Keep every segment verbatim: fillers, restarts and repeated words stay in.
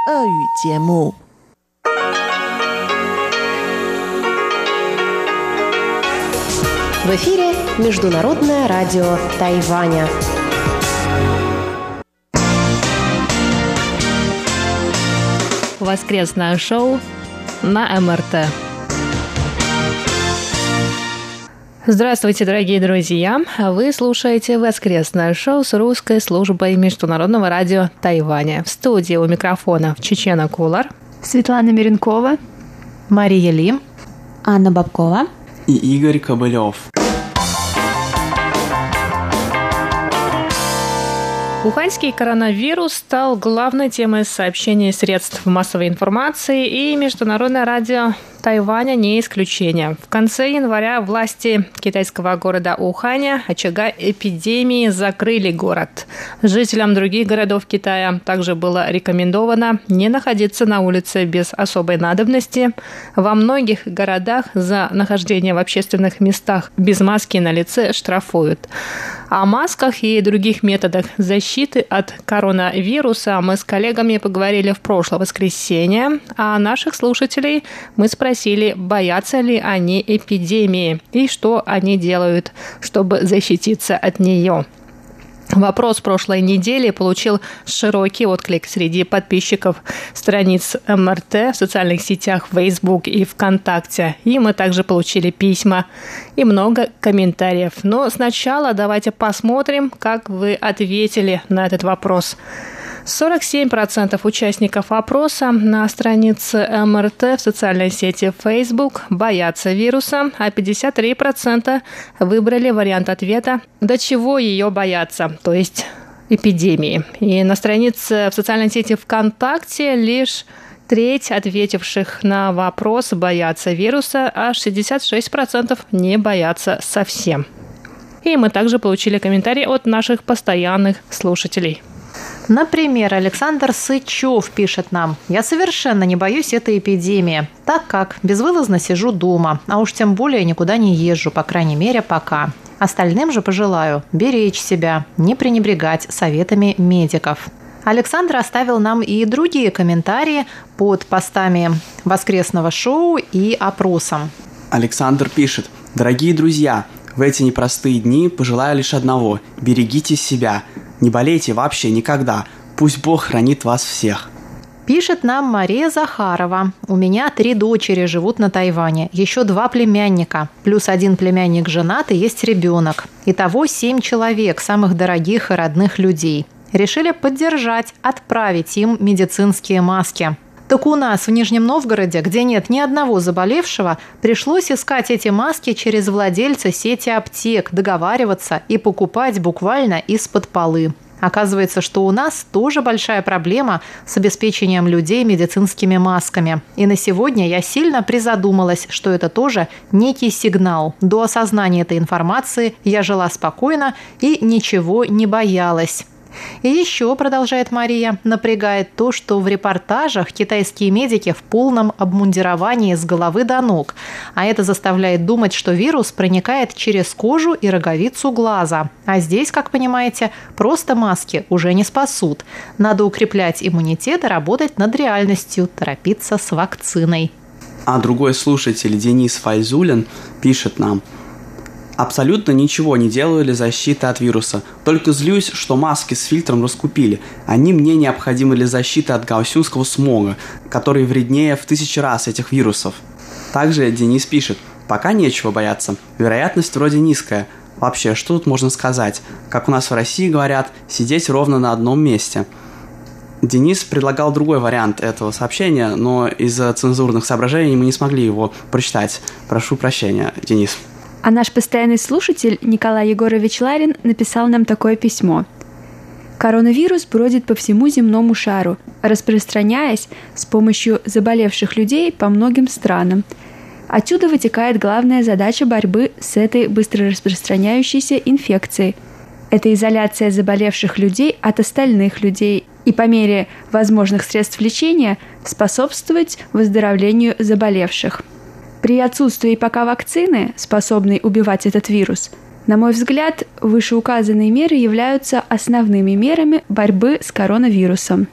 俄语节目。 В эфире Международное радио Тайваня. Воскресное шоу на эм эр тэ. Здравствуйте, дорогие друзья! Вы слушаете воскресное шоу с русской службой Международного радио Тайваня. В студии у микрофона Чечена Кулар, Светлана Миренкова, Мария Ли, Анна Бабкова и Игорь Кобылев. Уханьский коронавирус стал главной темой сообщений средств массовой информации, и Международное радио Тайваня не исключение. В конце января власти китайского города Уханя, очага эпидемии, закрыли город. Жителям других городов Китая также было рекомендовано не находиться на улице без особой надобности. Во многих городах за нахождение в общественных местах без маски на лице штрафуют. О масках и других методах защиты от коронавируса мы с коллегами поговорили в прошлое воскресенье, а наших слушателей мы спросили, боятся ли они эпидемии и что они делают, чтобы защититься от нее. Вопрос прошлой недели получил широкий отклик среди подписчиков страниц эм эр тэ в социальных сетях Facebook и ВКонтакте. И мы также получили письма и много комментариев. Но сначала давайте посмотрим, как вы ответили на этот вопрос. сорок семь процентов участников опроса на странице эм эр тэ в социальной сети Facebook боятся вируса, а пятьдесят три процента выбрали вариант ответа «до чего ее бояться», то есть эпидемии. И на странице в социальной сети ВКонтакте лишь треть ответивших на вопрос боятся вируса, а шестьдесят шесть процентов не боятся совсем. И мы также получили комментарии от наших постоянных слушателей. Например, Александр Сычев пишет нам: «Я совершенно не боюсь этой эпидемии, так как безвылазно сижу дома, а уж тем более никуда не езжу, по крайней мере, пока. Остальным же пожелаю беречь себя, не пренебрегать советами медиков». Александр оставил нам и другие комментарии под постами воскресного шоу и опросом. Александр пишет: «Дорогие друзья, в эти непростые дни пожелаю лишь одного – берегите себя. Не болейте вообще никогда. Пусть Бог хранит вас всех». Пишет нам Мария Захарова. «У меня три дочери живут на Тайване, еще два племянника, плюс один племянник женат и есть ребенок. Итого семь человек, самых дорогих и родных людей. Решили поддержать, отправить им медицинские маски. Так у нас в Нижнем Новгороде, где нет ни одного заболевшего, пришлось искать эти маски через владельца сети аптек, договариваться и покупать буквально из-под полы. Оказывается, что у нас тоже большая проблема с обеспечением людей медицинскими масками. И на сегодня я сильно призадумалась, что это тоже некий сигнал. До осознания этой информации я жила спокойно и ничего не боялась». И еще, продолжает Мария, напрягает то, что в репортажах китайские медики в полном обмундировании с головы до ног, а это заставляет думать, что вирус проникает через кожу и роговицу глаза. А здесь, как понимаете, просто маски уже не спасут. Надо укреплять иммунитет и работать над реальностью, торопиться с вакциной. А другой слушатель Денис Файзулин пишет нам: «Абсолютно ничего не делаю для защиты от вируса. Только злюсь, что маски с фильтром раскупили. Они мне необходимы для защиты от гаусюнского смога, который вреднее в тысячи раз этих вирусов». Также Денис пишет: «Пока нечего бояться. Вероятность вроде низкая. Вообще, что тут можно сказать? Как у нас в России говорят, сидеть ровно на одном месте». Денис предлагал другой вариант этого сообщения, но из-за цензурных соображений мы не смогли его прочитать. Прошу прощения, Денис. А наш постоянный слушатель Николай Егорович Ларин написал нам такое письмо. Коронавирус бродит по всему земному шару, распространяясь с помощью заболевших людей по многим странам. Отсюда вытекает главная задача борьбы с этой быстро распространяющейся инфекцией. Это изоляция заболевших людей от остальных людей и по мере возможных средств лечения способствовать выздоровлению заболевших. При отсутствии пока вакцины, способной убивать этот вирус, на мой взгляд, вышеуказанные меры являются основными мерами борьбы с коронавирусом.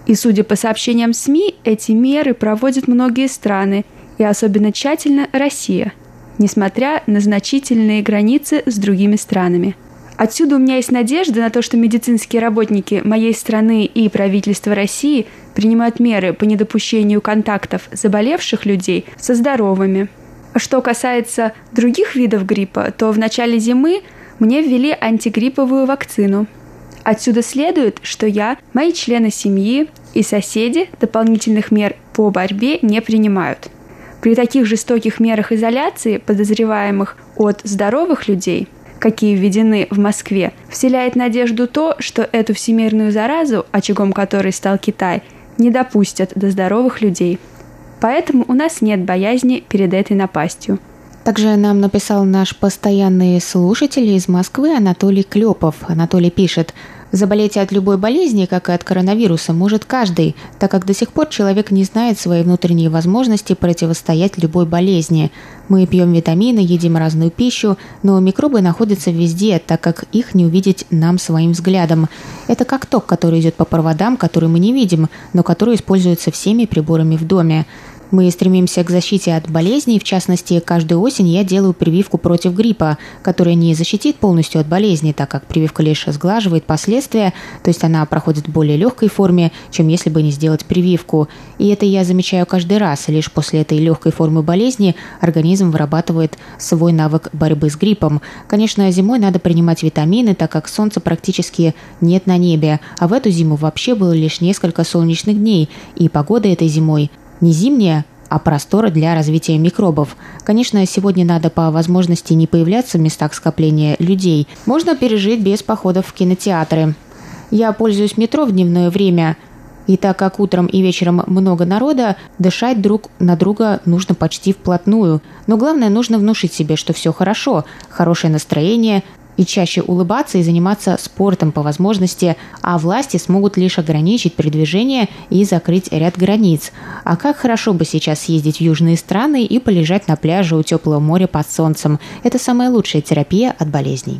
И, судя по сообщениям СМИ, эти меры проводят многие страны, и особенно тщательно Россия, несмотря на значительные границы с другими странами. Отсюда у меня есть надежда на то, что медицинские работники моей страны и правительство России принимают меры по недопущению контактов заболевших людей со здоровыми. Что касается других видов гриппа, то в начале зимы мне ввели антигрипповую вакцину. Отсюда следует, что я, мои члены семьи и соседи дополнительных мер по борьбе не принимают. При таких жестоких мерах изоляции подозреваемых от здоровых людей, какие введены в Москве, вселяет надежду то, что эту всемирную заразу, очагом которой стал Китай, не допустят до здоровых людей. Поэтому у нас нет боязни перед этой напастью. Также нам написал наш постоянный слушатель из Москвы Анатолий Клепов. Анатолий пишет: «Заболеть от любой болезни, как и от коронавируса, может каждый, так как до сих пор человек не знает свои внутренние возможности противостоять любой болезни. Мы пьем витамины, едим разную пищу, но микробы находятся везде, так как их не увидеть нам своим взглядом. Это как ток, который идет по проводам, который мы не видим, но который используется всеми приборами в доме. Мы стремимся к защите от болезней, в частности, каждую осень я делаю прививку против гриппа, которая не защитит полностью от болезни, так как прививка лишь сглаживает последствия, то есть она проходит в более легкой форме, чем если бы не сделать прививку. И это я замечаю каждый раз, лишь после этой легкой формы болезни организм вырабатывает свой навык борьбы с гриппом. Конечно, зимой надо принимать витамины, так как солнца практически нет на небе, а в эту зиму вообще было лишь несколько солнечных дней, и погода этой зимой не зимняя, а простора для развития микробов. Конечно, сегодня надо по возможности не появляться в местах скопления людей. Можно пережить без походов в кинотеатры. Я пользуюсь метро в дневное время, и так как утром и вечером много народа, дышать друг на друга нужно почти вплотную. Но главное, нужно внушить себе, что все хорошо, хорошее настроение, и чаще улыбаться и заниматься спортом по возможности, а власти смогут лишь ограничить передвижение и закрыть ряд границ. А как хорошо бы сейчас съездить в южные страны и полежать на пляже у теплого моря под солнцем. Это самая лучшая терапия от болезней.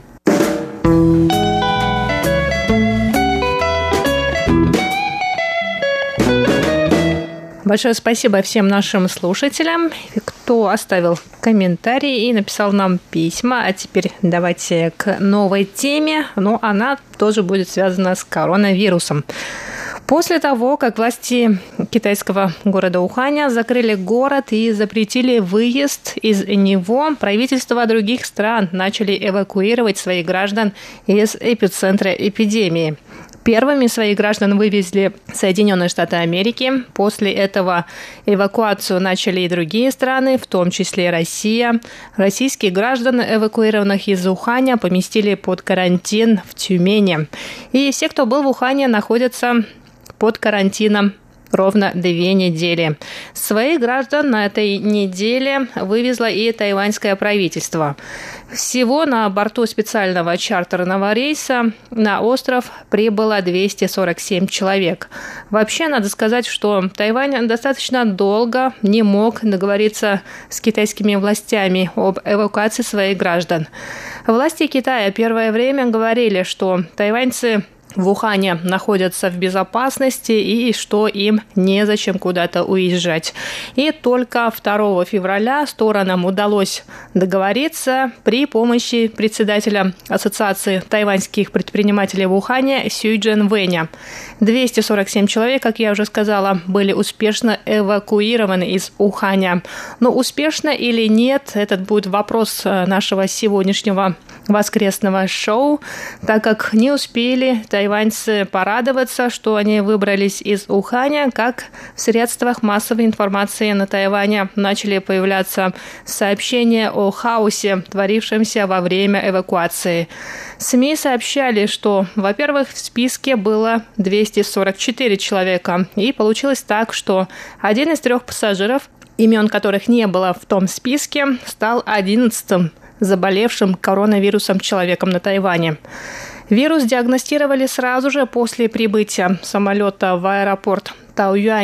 Большое спасибо всем нашим слушателям, кто оставил комментарии и написал нам письма. А теперь давайте к новой теме, но она тоже будет связана с коронавирусом. После того, как власти китайского города Уханя закрыли город и запретили выезд из него, правительства других стран начали эвакуировать своих граждан из эпицентра эпидемии. Первыми своих граждан вывезли Соединенные Штаты Америки. После этого эвакуацию начали и другие страны, в том числе Россия. Российских граждан, эвакуированных из Уханя, поместили под карантин в Тюмени. И все, кто был в Ухане, находятся под карантином ровно две недели. Своих граждан на этой неделе вывезло и тайваньское правительство. Всего на борту специального чартерного рейса на остров прибыло двести сорок семь человек. Вообще, надо сказать, что Тайвань достаточно долго не мог договориться с китайскими властями об эвакуации своих граждан. Власти Китая первое время говорили, что тайваньцы в Ухане находятся в безопасности и что им незачем куда-то уезжать. И только второго февраля сторонам удалось договориться при помощи председателя Ассоциации тайваньских предпринимателей в Ухане Сюй Джен Вэня. двести сорок семь человек, как я уже сказала, были успешно эвакуированы из Уханя. Но успешно или нет, этот будет вопрос нашего сегодняшнего воскресного шоу, так как не успели тайваньцы порадоваться, что они выбрались из Уханя, как в средствах массовой информации на Тайване начали появляться сообщения о хаосе, творившемся во время эвакуации. СМИ сообщали, что, во-первых, в списке было двести сорок четыре человека, и получилось так, что один из трех пассажиров, имен которых не было в том списке, стал одиннадцатым заболевшим коронавирусом человеком на Тайване. Вирус диагностировали сразу же после прибытия самолета в аэропорт Таоюаня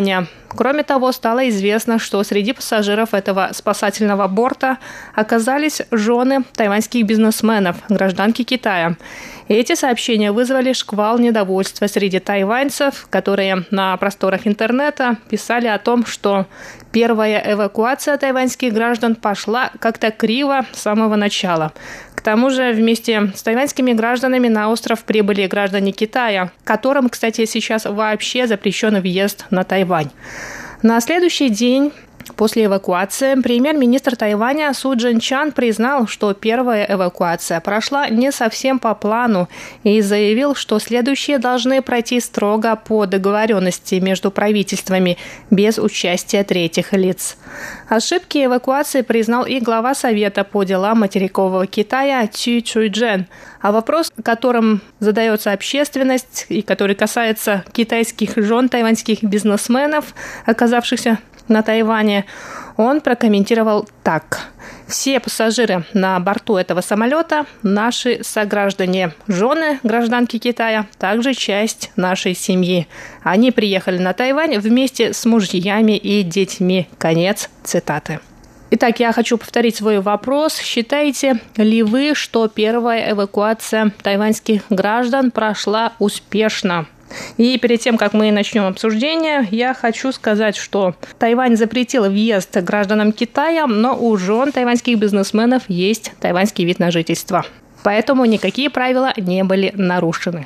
Кроме того, стало известно, что среди пассажиров этого спасательного борта оказались жены тайваньских бизнесменов, гражданки Китая. И эти сообщения вызвали шквал недовольства среди тайваньцев, которые на просторах интернета писали о том, что первая эвакуация тайваньских граждан пошла как-то криво с самого начала. К тому же вместе с тайваньскими гражданами на остров прибыли граждане Китая, которым, кстати, сейчас вообще запрещен въезд на Тайвань. На следующий день после эвакуации премьер-министр Тайваня Су Чжэнчан признал, что первая эвакуация прошла не совсем по плану и заявил, что следующие должны пройти строго по договоренности между правительствами без участия третьих лиц. Ошибки эвакуации признал и глава Совета по делам материкового Китая Цю Чуйчжэн. А вопрос, которым задается общественность и который касается китайских жен тайваньских бизнесменов, оказавшихся на Тайване, он прокомментировал так. Все пассажиры на борту этого самолета – наши сограждане, жены гражданки Китая, также часть нашей семьи. Они приехали на Тайвань вместе с мужьями и детьми. Конец цитаты. Итак, я хочу повторить свой вопрос. Считаете ли вы, что первая эвакуация тайваньских граждан прошла успешно? И перед тем, как мы начнем обсуждение, я хочу сказать, что Тайвань запретил въезд гражданам Китая, но у жен тайваньских бизнесменов есть тайваньский вид на жительство. Поэтому никакие правила не были нарушены.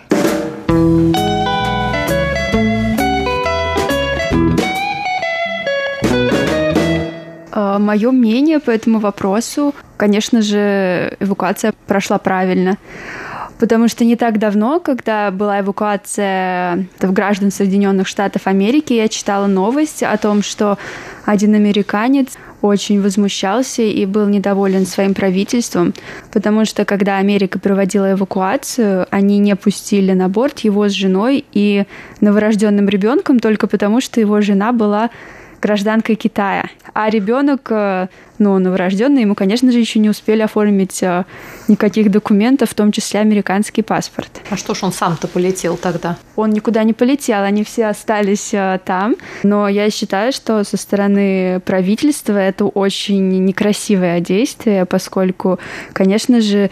Мое мнение по этому вопросу, конечно же, эвакуация прошла правильно. Потому что не так давно, когда была эвакуация граждан Соединенных Штатов Америки, я читала новость о том, что один американец очень возмущался и был недоволен своим правительством, потому что когда Америка проводила эвакуацию, они не пустили на борт его с женой и новорожденным ребенком только потому, что его жена была гражданкой Китая. А ребенок, ну, новорожденный, ему, конечно же, еще не успели оформить никаких документов, в том числе американский паспорт. А что ж он сам-то полетел тогда? Он никуда не полетел, они все остались там. Но я считаю, что со стороны правительства это очень некрасивое действие, поскольку, конечно же,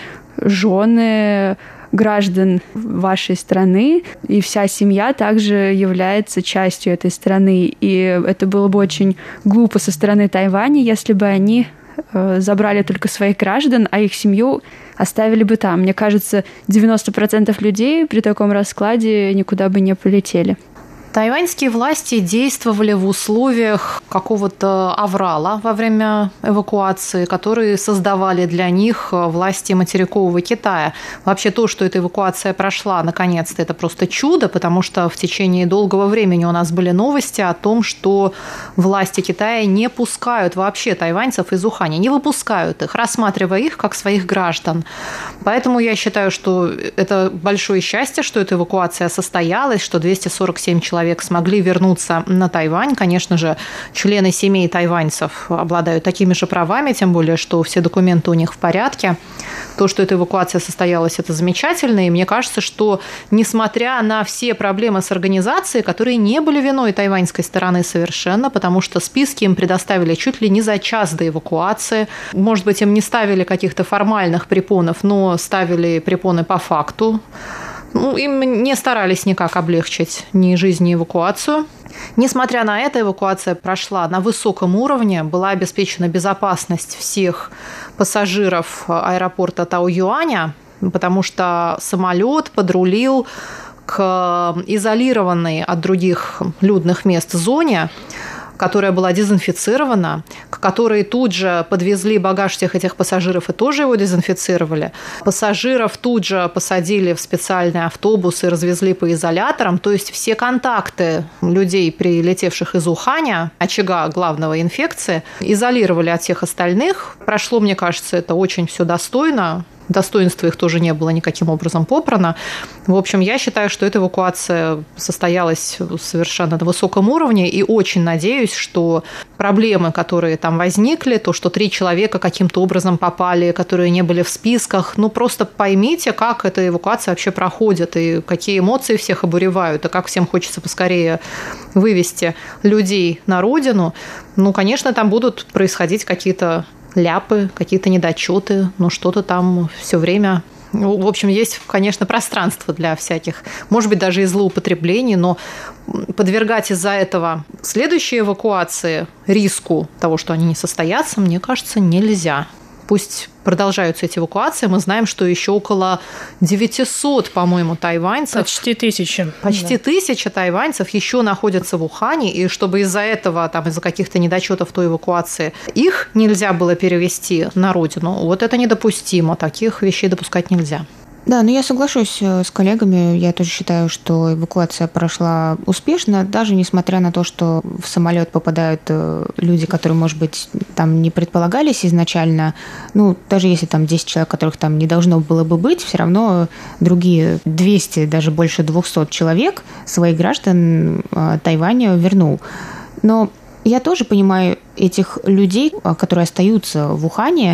жены граждан вашей страны, и вся семья также является частью этой страны. И это было бы очень глупо со стороны Тайваня, если бы они э, забрали только своих граждан, а их семью оставили бы там. Мне кажется, девяносто процентов людей при таком раскладе никуда бы не полетели. Тайваньские власти действовали в условиях какого-то аврала во время эвакуации, которые создавали для них власти материкового Китая. Вообще то, что эта эвакуация прошла, наконец-то, это просто чудо, потому что в течение долгого времени у нас были новости о том, что власти Китая не пускают вообще тайваньцев из Уханя, не выпускают их, рассматривая их как своих граждан. Поэтому я считаю, что это большое счастье, что эта эвакуация состоялась, что двести сорок семь человек смогли вернуться на Тайвань. Конечно же, члены семей тайваньцев обладают такими же правами, тем более, что все документы у них в порядке. То, что эта эвакуация состоялась, это замечательно. И мне кажется, что несмотря на все проблемы с организацией, которые не были виной тайваньской стороны совершенно, потому что списки им предоставили чуть ли не за час до эвакуации. Может быть, им не ставили каких-то формальных препонов, но ставили препоны по факту. Ну, им не старались никак облегчить ни жизнь, ни эвакуацию. Несмотря на это, эвакуация прошла на высоком уровне, была обеспечена безопасность всех пассажиров аэропорта Таоюаня, потому что самолет подрулил к изолированной от других людных мест зоне, которая была дезинфицирована, к которой тут же подвезли багаж всех этих пассажиров и тоже его дезинфицировали. Пассажиров тут же посадили в специальный автобус и развезли по изоляторам. То есть все контакты людей, прилетевших из Уханя, очага главного инфекции, изолировали от всех остальных. Прошло, мне кажется, это очень все достойно. достоинство их тоже не было никаким образом попрано. В общем, я считаю, что эта эвакуация состоялась совершенно на высоком уровне, и очень надеюсь, что проблемы, которые там возникли, то, что три человека каким-то образом попали, которые не были в списках, ну просто поймите, как эта эвакуация вообще проходит, и какие эмоции всех обуревают, и как всем хочется поскорее вывести людей на родину. Ну, конечно, там будут происходить какие-то ляпы, какие-то недочеты, но что-то там все время... Ну, в общем, есть, конечно, пространство для всяких, может быть, даже и злоупотреблений, но подвергать из-за этого следующие эвакуации риску того, что они не состоятся, мне кажется, нельзя. Пусть продолжаются эти эвакуации. Мы знаем, что еще около девятисот, по-моему, тайваньцев... Почти тысяча. Почти да. тысяча тайваньцев еще находятся в Ухане, и чтобы из-за этого, там, из-за каких-то недочетов той эвакуации, их нельзя было перевести на родину, вот это недопустимо. Таких вещей допускать нельзя. Да, но я соглашусь с коллегами. Я тоже считаю, что эвакуация прошла успешно, даже несмотря на то, что в самолет попадают люди, которые, может быть, там не предполагались изначально. Ну, даже если там десять человек, которых там не должно было бы быть, все равно другие двести, даже больше двухсот человек своих граждан Тайваня вернул. Но я тоже понимаю этих людей, которые остаются в Ухане,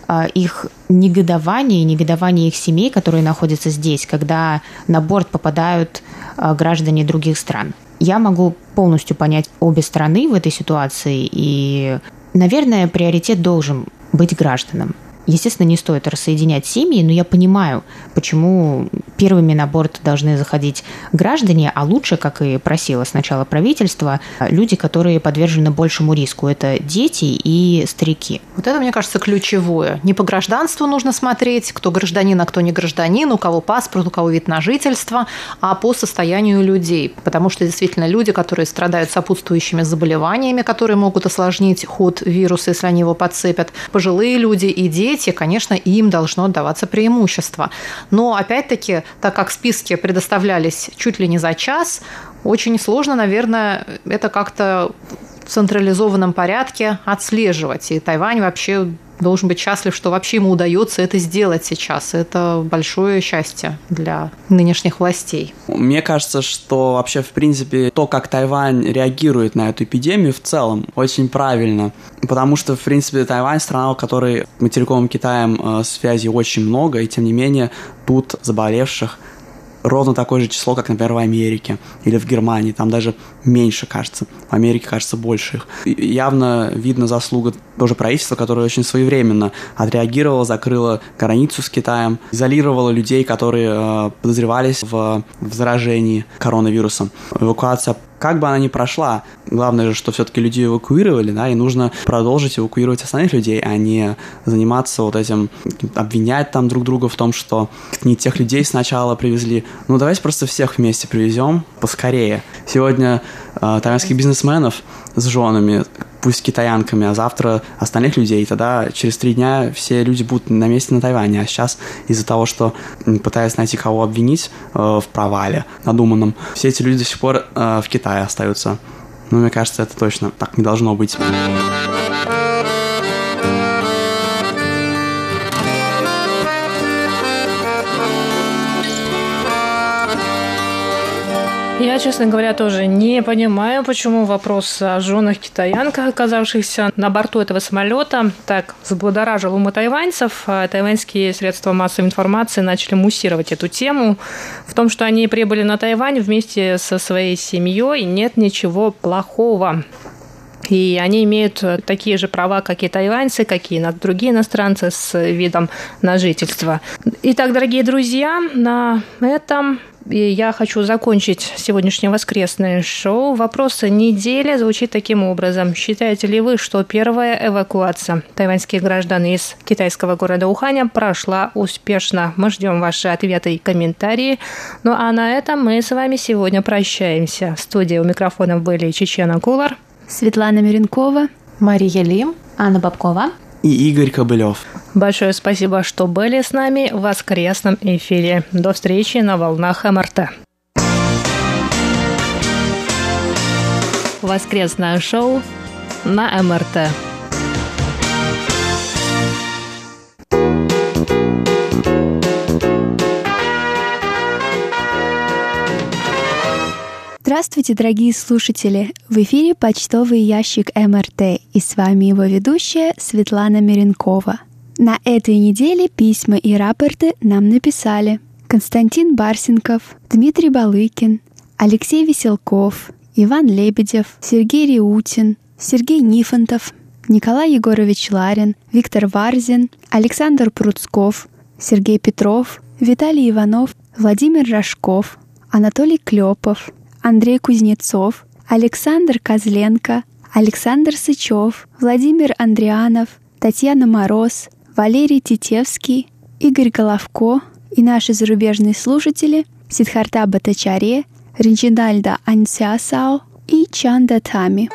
их негодование, негодование их семей, которые находятся здесь, когда на борт попадают граждане других стран. Я могу полностью понять обе стороны в этой ситуации, и, наверное, приоритет должен быть гражданам. Естественно, не стоит рассоединять семьи, но я понимаю, почему первыми на борт должны заходить граждане, а лучше, как и просило сначала правительство, люди, которые подвержены большему риску. Это дети и старики. Вот это, мне кажется, ключевое. Не по гражданству нужно смотреть, кто гражданин, а кто не гражданин, у кого паспорт, у кого вид на жительство, а по состоянию людей. Потому что действительно люди, которые страдают сопутствующими заболеваниями, которые могут осложнить ход вируса, если они его подцепят, пожилые люди и дети, конечно, им должно отдаваться преимущество. Но, опять-таки, так как списки предоставлялись чуть ли не за час, очень сложно, наверное, это как-то в централизованном порядке отслеживать. И Тайвань вообще должен быть счастлив, что вообще ему удается это сделать сейчас. Это большое счастье для нынешних властей. Мне кажется, что вообще, в принципе, то, как Тайвань реагирует на эту эпидемию в целом, очень правильно. Потому что, в принципе, Тайвань – страна, у которой с материковым Китаем э, связей очень много, и, тем не менее, тут заболевших ровно такое же число, как, например, в Америке или в Германии. Там даже меньше, кажется. В Америке, кажется, больше их. И явно видно заслуга тоже правительства, которое очень своевременно отреагировало, закрыло границу с Китаем, изолировало людей, которые э, подозревались в, в заражении коронавирусом. Эвакуация, как бы она ни прошла, главное же, что все-таки людей эвакуировали, да, и нужно продолжить эвакуировать остальных людей, а не заниматься вот этим, обвинять там друг друга в том, что не тех людей сначала привезли. Ну, давайте просто всех вместе привезем поскорее. Сегодня э, тайваньских бизнесменов с женами, пусть китаянками, а завтра остальных людей, тогда через три дня все люди будут на месте на Тайване, а сейчас из-за того, что пытаясь найти кого обвинить э, в провале надуманном, все эти люди до сих пор э, в Китае остаются. Ну, мне кажется, это точно так не должно быть. Я, честно говоря, тоже не понимаю, почему вопрос о женах китаянках, оказавшихся на борту этого самолета, так взбудоражил умы тайваньцев. Тайваньские средства массовой информации начали муссировать эту тему в том, что они прибыли на Тайвань вместе со своей семьей, и нет ничего плохого. И они имеют такие же права, как и тайваньцы, как и другие иностранцы с видом на жительство. Итак, дорогие друзья, на этом я хочу закончить сегодняшнее воскресное шоу. Вопрос недели звучит таким образом. Считаете ли вы, что первая эвакуация тайваньских граждан из китайского города Уханя прошла успешно? Мы ждем ваши ответы и комментарии. Ну а на этом мы с вами сегодня прощаемся. В студии у микрофонов были Чечена Кулар, Светлана Миренкова, Мария Лим, Анна Бабкова и Игорь Кобылев. Большое спасибо, что были с нами в воскресном эфире. До встречи на волнах эм эр тэ. Воскресное шоу на эм эр тэ. Здравствуйте, дорогие слушатели! В эфире почтовый ящик эм эр тэ, и с вами его ведущая Светлана Миренкова. На этой неделе письма и рапорты нам написали Константин Барсенков, Дмитрий Балыкин, Алексей Веселков, Иван Лебедев, Сергей Риутин, Сергей Нифонтов, Николай Егорович Ларин, Виктор Варзин, Александр Пруцков, Сергей Петров, Виталий Иванов, Владимир Рожков, Анатолий Клепов, Андрей Кузнецов, Александр Козленко, Александр Сычев, Владимир Андрианов, Татьяна Мороз, Валерий Титевский, Игорь Головко и наши зарубежные слушатели Сиддхарта Баттачарья, Ринчинальда Аньсясао и Чанда Тами.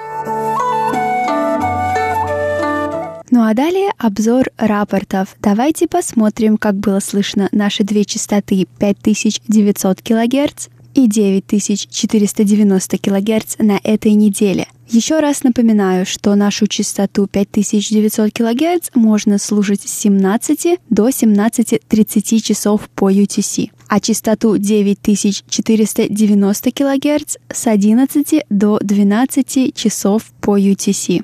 Ну а далее обзор рапортов. Давайте посмотрим, как было слышно наши две частоты пять тысяч девятьсот килогерц и девять тысяч четыреста девяносто килогерц на этой неделе. Еще раз напоминаю, что нашу частоту пять тысяч девятьсот килогерц можно слушать с семнадцати до семнадцати тридцати часов по ю ти си, а частоту девять тысяч четыреста девяносто килогерц с одиннадцати до двенадцати часов по ю ти си.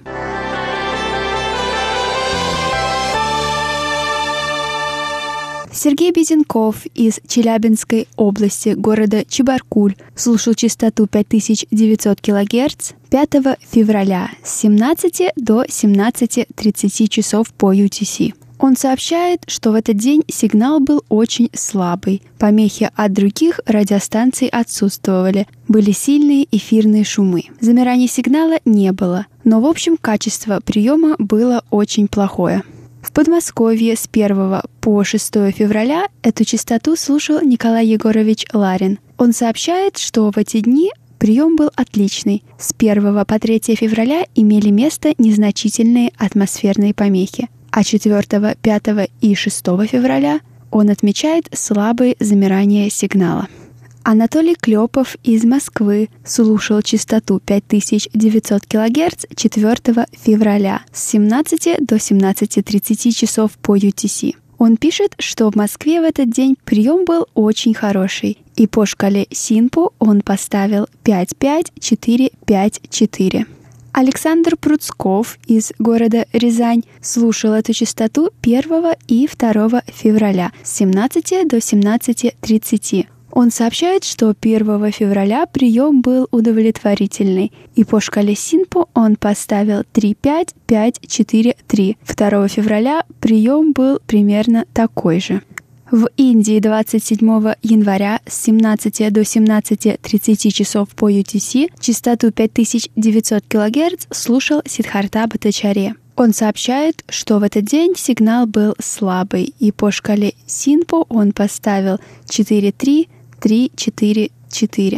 Сергей Безенков из Челябинской области, города Чебаркуль, слушал частоту пять тысяч девятьсот килогерц пятого февраля с семнадцати до семнадцати тридцати часов по ю ти си. Он сообщает, что в этот день сигнал был очень слабый. Помехи от других радиостанций отсутствовали. Были сильные эфирные шумы. Замираний сигнала не было. Но, в общем, качество приема было очень плохое. В Подмосковье с первого по шестого февраля эту частоту слушал Николай Егорович Ларин. Он сообщает, что в эти дни прием был отличный. С первого по третьего февраля имели место незначительные атмосферные помехи, а четвёртого, пятого и шестого февраля он отмечает слабые замирания сигнала. Анатолий Клепов из Москвы слушал частоту пять тысяч девятьсот килогерц четвёртого февраля с семнадцати до семнадцати тридцати часов по ю ти си. Он пишет, что в Москве в этот день прием был очень хороший, и по шкале Синпо он поставил пять пять четыре пять четыре. Александр Пруцков из города Рязань слушал эту частоту первого и второго февраля с семнадцати до семнадцати тридцати. Он сообщает, что первого февраля прием был удовлетворительный, и по шкале Синпо он поставил три пять пять четыре три. второго февраля прием был примерно такой же. В Индии двадцать седьмого января с семнадцати до семнадцати тридцати часов по ю ти си частоту пять тысяч девятьсот килогерц слушал Сиддхарта Баттачарья. Он сообщает, что в этот день сигнал был слабый, и по шкале Синпо он поставил четыре три три четыре четыре.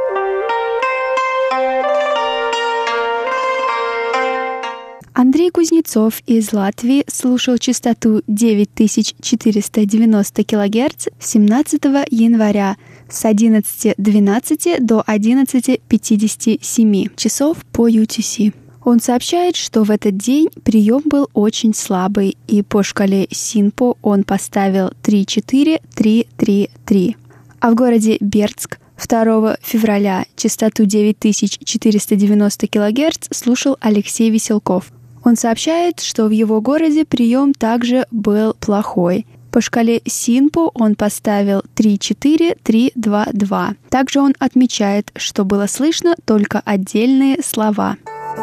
Андрей Кузнецов из Латвии слушал частоту девять тысяч четыреста девяносто килогерц семнадцатого января с одиннадцати двенадцати до одиннадцати пятидесяти семи часов по ю ти си. Он сообщает, что в этот день прием был очень слабый, и по шкале Синпо он поставил три четыре три три три. А в городе Бердск второго февраля частоту девять тысяч четыреста девяносто килогерц слушал Алексей Веселков. Он сообщает, что в его городе прием также был плохой. По шкале Синпо он поставил три четыре три два два. Также он отмечает, что было слышно только отдельные слова.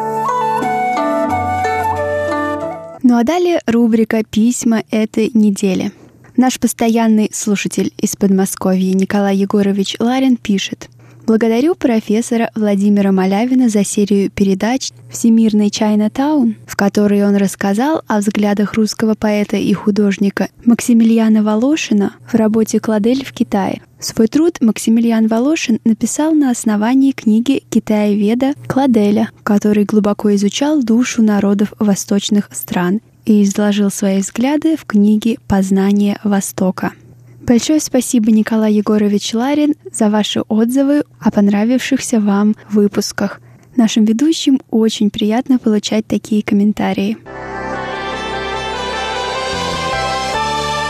Ну а далее рубрика «Письма этой недели». Наш постоянный слушатель из Подмосковья Николай Егорович Ларин пишет: «Благодарю профессора Владимира Малявина за серию передач «Всемирный Чайнатаун», в которой он рассказал о взглядах русского поэта и художника Максимилиана Волошина в работе «Кладель в Китае». Свой труд Максимилиан Волошин написал на основании книги китаеведа Кладеля, который глубоко изучал душу народов восточных стран и изложил свои взгляды в книге «Познание Востока». Большое спасибо, Николай Егорович Ларин, за ваши отзывы о понравившихся вам выпусках. Нашим ведущим очень приятно получать такие комментарии.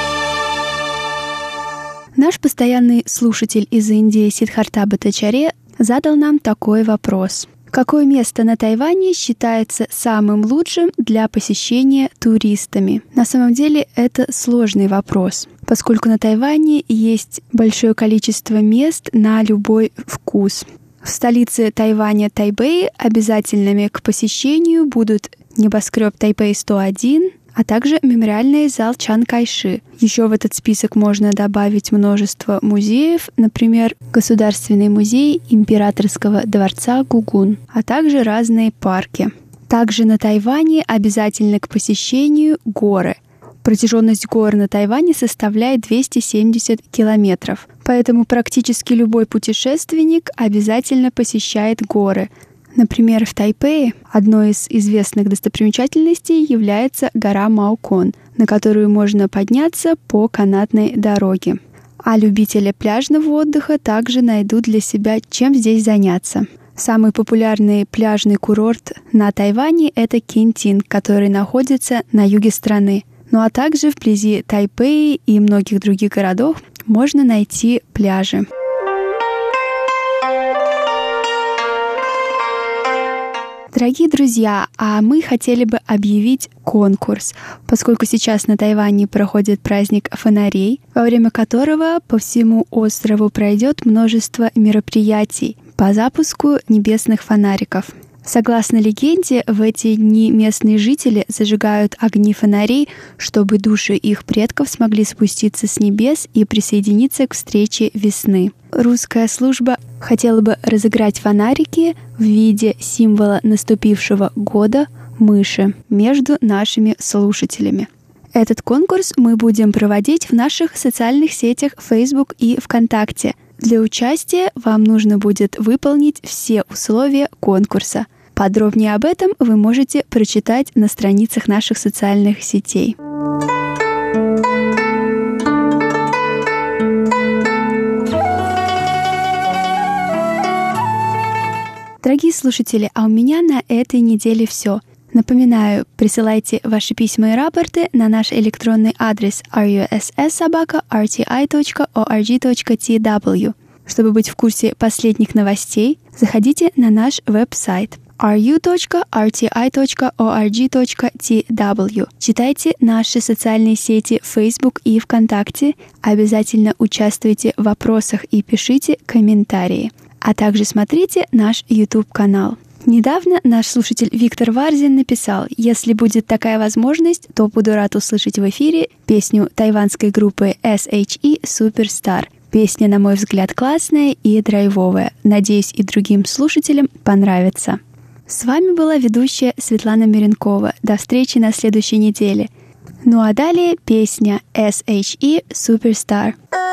Наш постоянный слушатель из Индии Сиддхарта Баттачарья задал нам такой вопрос. Какое место на Тайване считается самым лучшим для посещения туристами? На самом деле это сложный вопрос, поскольку на Тайване есть большое количество мест на любой вкус. В столице Тайваня Тайбэй обязательными к посещению будут небоскреб Тайпэй сто один, а также мемориальный зал Чан Кайши. Еще в этот список можно добавить множество музеев, например, Государственный музей Императорского дворца Гугун, а также разные парки. Также на Тайване обязательно к посещению горы. Протяженность гор на Тайване составляет двести семьдесят километров, поэтому практически любой путешественник обязательно посещает горы. Например, в Тайпэе одной из известных достопримечательностей является гора Маокон, на которую можно подняться по канатной дороге. А любители пляжного отдыха также найдут для себя, чем здесь заняться. Самый популярный пляжный курорт на Тайване – это Кентин, который находится на юге страны. Ну а также вблизи Тайпэя и многих других городов можно найти пляжи. Дорогие друзья, а мы хотели бы объявить конкурс, поскольку сейчас на Тайване проходит праздник фонарей, во время которого по всему острову пройдет множество мероприятий по запуску небесных фонариков. Согласно легенде, в эти дни местные жители зажигают огни фонарей, чтобы души их предков смогли спуститься с небес и присоединиться к встрече весны. Русская служба хотела бы разыграть фонарики в виде символа наступившего года мыши между нашими слушателями. Этот конкурс мы будем проводить в наших социальных сетях Facebook и ВКонтакте. Для участия вам нужно будет выполнить все условия конкурса. Подробнее об этом вы можете прочитать на страницах наших социальных сетей. Дорогие слушатели, а у меня на этой неделе все. Напоминаю, присылайте ваши письма и рапорты на наш электронный адрес эр ю эс эс собака эр ти ай точка орг точка ти дабл ю. Чтобы быть в курсе последних новостей, заходите на наш веб-сайт эр ю точка эр ти ай точка орг точка ти дабл ю. Читайте наши социальные сети Facebook и ВКонтакте, обязательно участвуйте в вопросах и пишите комментарии, а также смотрите наш YouTube-канал. Недавно наш слушатель Виктор Варзин написал: «Если будет такая возможность, то буду рад услышать в эфире песню тайванской группы эс эйч и «Суперстар». Песня, на мой взгляд, классная и драйвовая. Надеюсь, и другим слушателям понравится». С вами была ведущая Светлана Миренкова. До встречи на следующей неделе. Ну а далее песня эс эйч и «Суперстар».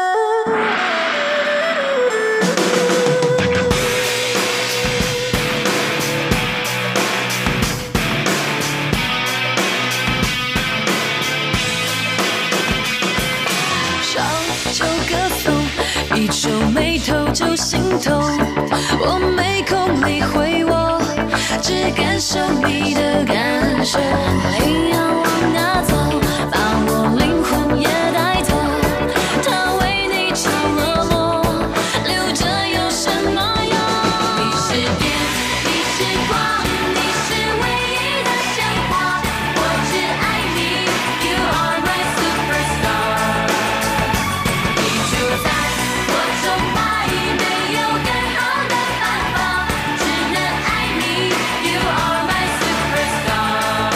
一皱眉头就心痛，我没空理会我，只感受你的感受。你要往哪走，把我灵魂也带走。他为你着了魔，留着有什么用？你是电，你是光，你是唯一的鲜花，我只爱你 ，You are my superstar。你住在我崇拜，没有更好的办法，只能爱你 ，You are my superstar。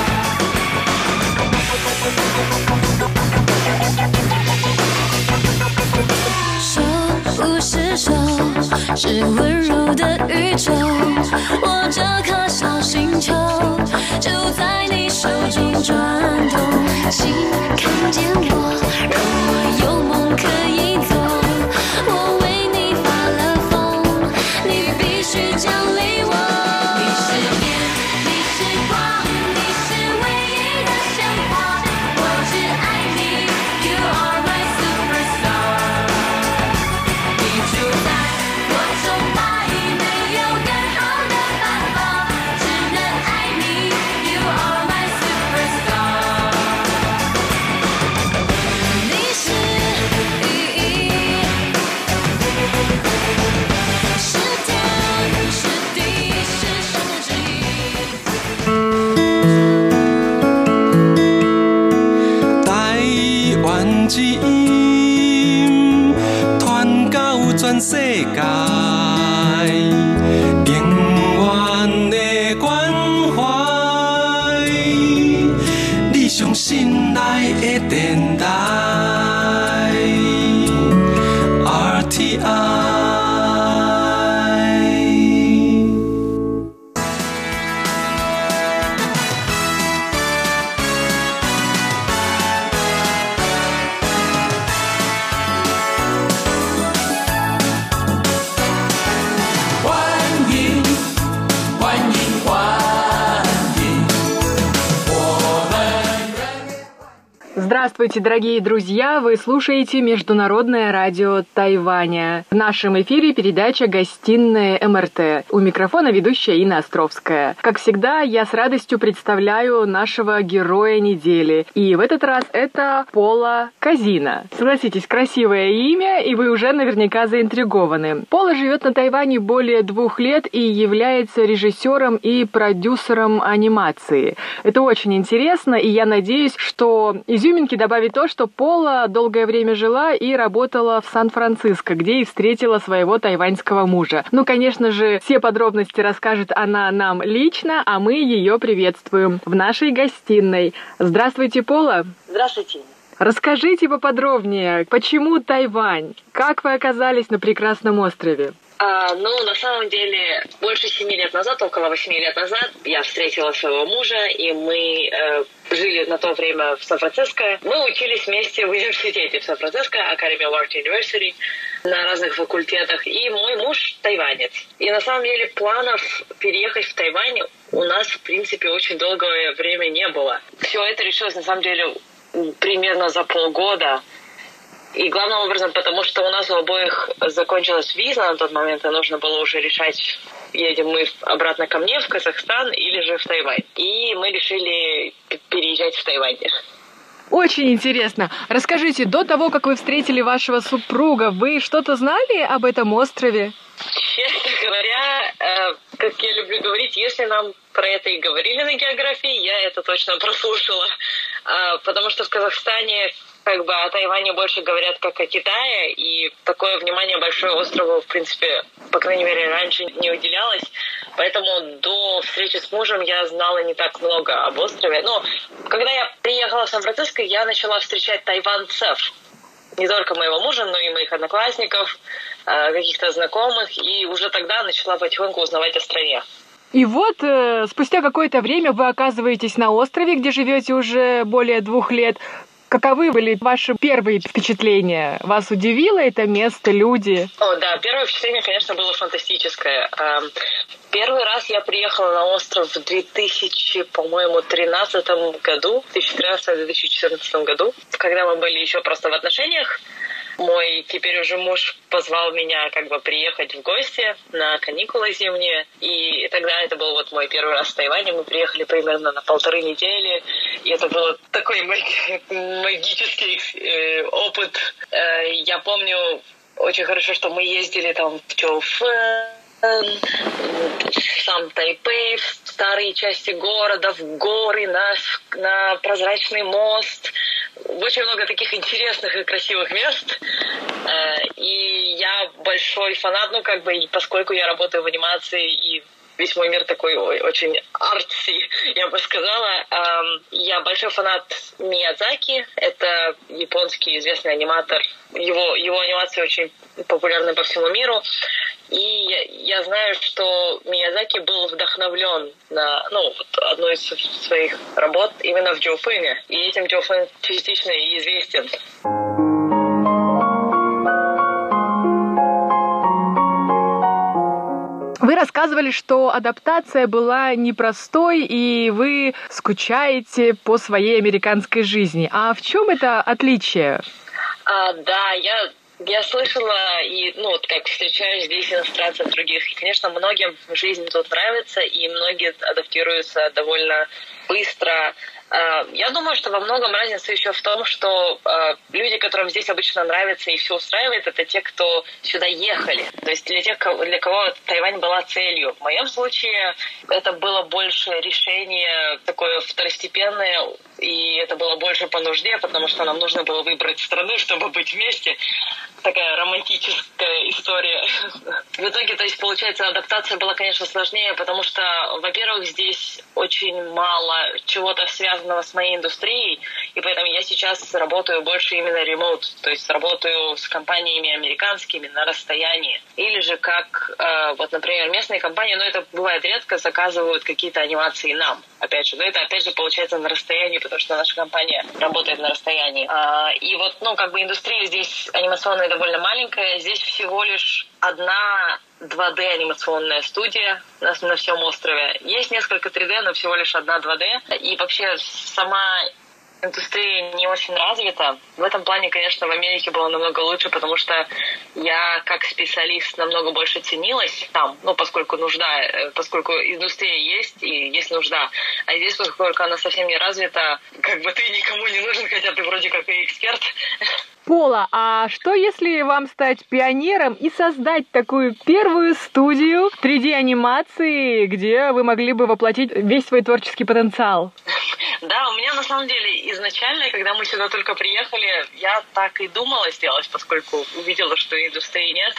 手不是手，是温柔的宇宙。我这颗小星球就在你手中转动，请看见我，让我有梦可以做。我为你发了疯，你必须奖励我。你是电，你是光，你是唯一的鲜花，我只爱你 ，You are my superstar。你住在我崇拜，没有更好的办法，只能爱你 ，You are my superstar。 Здравствуйте, дорогие друзья! Вы слушаете Международное радио Тайваня. В нашем эфире передача «Гостиная эм эр тэ». У микрофона ведущая Инна Островская. Как всегда, я с радостью представляю нашего героя недели. И в этот раз это Пола Казина. Согласитесь, красивое имя, и вы уже наверняка заинтригованы. Пола живет на Тайване более двух лет и является режиссером и продюсером анимации. Это очень интересно, и я надеюсь, что изюминки добавит то, что Пола долгое время жила и работала в Сан-Франциско, где и встретила своего тайваньского мужа. Ну, конечно же, все подробности расскажет она нам лично, а мы ее приветствуем в нашей гостиной. Здравствуйте, Пола. Здравствуйте. Расскажите поподробнее, почему Тайвань? Как вы оказались на прекрасном острове? А, ну, на самом деле, больше семи лет назад, около восьми лет назад, я встретила своего мужа, и мы э, жили на то время в Сан-Франциско. Мы учились вместе в университете в Сан-Франциско, Academy of Art University, на разных факультетах. И мой муж тайванец. И на самом деле планов переехать в Тайвань у нас, в принципе, очень долгое время не было. Все это решилось, на самом деле, примерно за полгода. И главным образом, потому что у нас у обоих закончилась виза на тот момент, и нужно было уже решать, едем мы обратно ко мне в Казахстан или же в Тайвань. И мы решили переезжать в Тайвань. Очень интересно. Расскажите, до того, как вы встретили вашего супруга, вы что-то знали об этом острове? Честно говоря, э, как я люблю говорить, если нам про это и говорили на географии, я это точно прослушала. Э, потому что в Казахстане как бы о Тайване больше говорят как о Китае, и такое внимание большое острову, в принципе, по крайней мере, раньше не уделялось. Поэтому до встречи с мужем я знала не так много об острове. Но когда я приехала в Сан-Франциско, я начала встречать тайваньцев. Не только моего мужа, но и моих одноклассников, каких-то знакомых. И уже тогда начала потихоньку узнавать о стране. И вот э, спустя какое-то время вы оказываетесь на острове, где живете уже более двух лет. Каковы были ваши первые впечатления? Вас удивило это место, люди? О, да, первое впечатление, конечно, было фантастическое. Первый раз я приехала на остров в две тысячи, по-моему, тринадцатом году, две тысячи тринадцатом - две тысячи четырнадцатом году, когда мы были еще просто в отношениях. Мой теперь уже муж позвал меня как бы приехать в гости на каникулы зимние. И тогда это был вот мой первый раз в Тайване. Мы приехали примерно на полторы недели. И это был такой магический э, опыт. Э, я помню очень хорошо, что мы ездили там в Чжоуфэн, в сам Тайпэй, в старые части города, в горы, на, на прозрачный мост. Очень много таких интересных и красивых мест. И я большой фанат, ну, как бы, поскольку я работаю в анимации, и весь мой мир такой очень артси, я бы сказала. Я большой фанат Миядзаки. Это японский известный аниматор. Его, его анимации очень популярны по всему миру. И я, я знаю, что Миядзаки был вдохновлен на, ну, вот одну из своих работ именно в Чжоуфэне. И этим Чжоуфэн частично и известен. Вы рассказывали, что адаптация была непростой, и вы скучаете по своей американской жизни. А в чем это отличие? А, да, я... Я слышала и, ну, вот как встречаюсь здесь иностранцев других, и, конечно, многим жизнь тут нравится, и многие адаптируются довольно быстро. Я думаю, что во многом разница еще в том, что люди, которым здесь обычно нравится и все устраивает, это те, кто сюда ехали. То есть для тех, для кого Тайвань была целью. В моем случае это было больше решение такое второстепенное, и это было больше по нужде, потому что нам нужно было выбрать страну, чтобы быть вместе. Такая романтическая история. В итоге, то есть, получается, адаптация была, конечно, сложнее, потому что, во-первых, здесь очень мало чего-то связанного с моей индустрией, и поэтому я сейчас работаю больше именно ремоут, то есть работаю с компаниями американскими на расстоянии. Или же как, э, вот, например, местные компании, но это бывает редко, заказывают какие-то анимации нам, опять же. Но это, опять же, получается на расстоянии, потому что наша компания работает на расстоянии. А, и вот, ну, как бы индустрия здесь анимационная довольно маленькая. Здесь всего лишь одна два дэ анимационная студия на, на всем острове. Есть несколько три дэ, но всего лишь одна два дэ. И вообще сама индустрия не очень развита. В этом плане, конечно, в Америке было намного лучше, потому что я как специалист намного больше ценилась там, ну, поскольку нужда, поскольку индустрия есть и есть нужда. А здесь, поскольку она совсем не развита, как бы ты никому не нужен, хотя ты вроде как и эксперт. Пола, а что если вам стать пионером и создать такую первую студию три дэ-анимации, где вы могли бы воплотить весь свой творческий потенциал? Да, у меня на самом деле изначально, когда мы сюда только приехали, я так и думала сделать, поскольку увидела, что индустрии нет.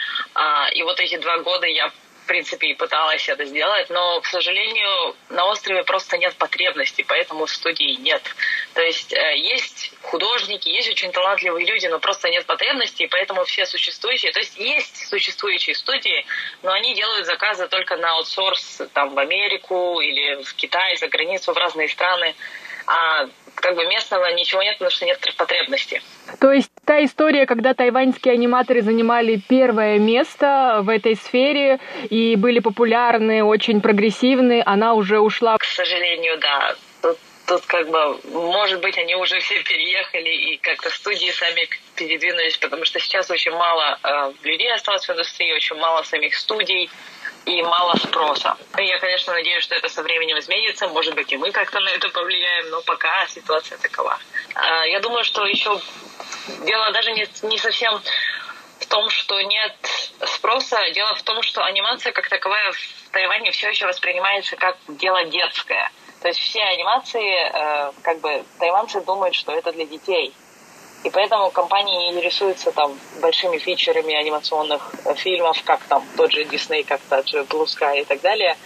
И вот эти два года я, в принципе, и пыталась это сделать, но, к сожалению, на острове просто нет потребностей, поэтому студий нет. То есть есть художники, есть очень талантливые люди, но просто нет потребностей, поэтому все существующие, то есть есть существующие студии, но они делают заказы только на аутсорс там, в Америку или в Китай, за границу, в разные страны. А как бы местного ничего нет, потому что нет потребности. То есть та история, когда тайваньские аниматоры занимали первое место в этой сфере и были популярны, очень прогрессивны, она уже ушла? К сожалению, да. Тут, тут как бы, может быть, они уже все переехали и как-то студии сами передвинулись, потому что сейчас очень мало э, людей осталось в индустрии, очень мало самих студий и мало спроса. Я, конечно, надеюсь, что это со временем изменится. Может быть, и мы как-то на это повлияем, но пока ситуация такова. Я думаю, что еще дело даже не, не совсем в том, что нет спроса. Дело в том, что анимация как таковая в Тайване все еще воспринимается как дело детское. То есть все анимации, как бы, тайванцы думают, что это для детей. И поэтому компании не интересуются там большими фичерами анимационных фильмов, как там тот же Disney, как тот же Blue Sky и так далее,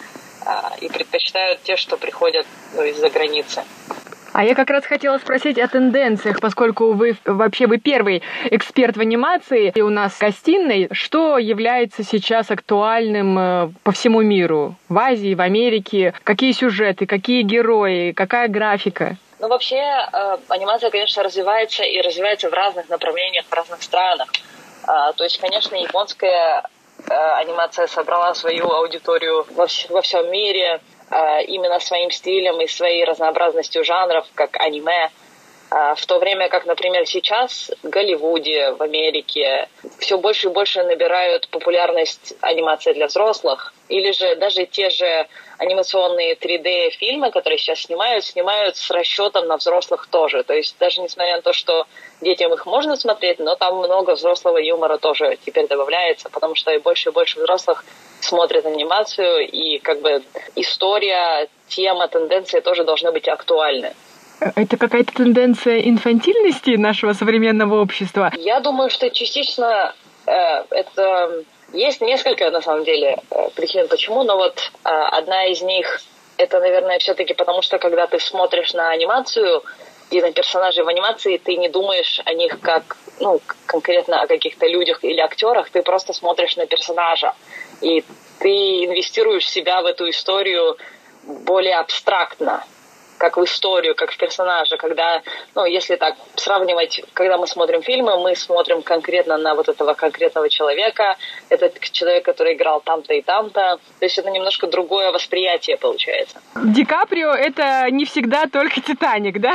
и предпочитают те, что приходят, ну, из-за границы. А я как раз хотела спросить о тенденциях, поскольку вы вообще вы первый эксперт в анимации и у нас в гостиной. Что является сейчас актуальным по всему миру? В Азии, в Америке? Какие сюжеты, какие герои, какая графика? Ну, вообще, э, анимация, конечно, развивается и развивается в разных направлениях, в разных странах. Э, то есть, конечно, японская э, анимация собрала свою аудиторию во, вс- во всем мире э, именно своим стилем и своей разнообразностью жанров, как аниме. Э, в то время как, например, сейчас в Голливуде, в Америке все больше и больше набирают популярность анимации для взрослых. Или же даже те же анимационные три дэ-фильмы, которые сейчас снимают, снимают с расчетом на взрослых тоже. То есть даже несмотря на то, что детям их можно смотреть, но там много взрослого юмора тоже теперь добавляется, потому что и больше и больше взрослых смотрят анимацию, и как бы история, тема, тенденции тоже должны быть актуальны. Это какая-то тенденция инфантильности нашего современного общества? Я думаю, что частично э, это... Есть несколько, на самом деле, причин, почему, но вот э, одна из них, это, наверное, все-таки потому, что когда ты смотришь на анимацию и на персонажей в анимации, ты не думаешь о них как, ну, конкретно о каких-то людях или актерах, ты просто смотришь на персонажа, и ты инвестируешь себя в эту историю более абстрактно, как в историю, как в персонажа, когда, ну, если так сравнивать, когда мы смотрим фильмы, мы смотрим конкретно на вот этого конкретного человека, этот человек, который играл там-то и там-то, то есть это немножко другое восприятие получается. Ди Каприо — это не всегда только «Титаник», да?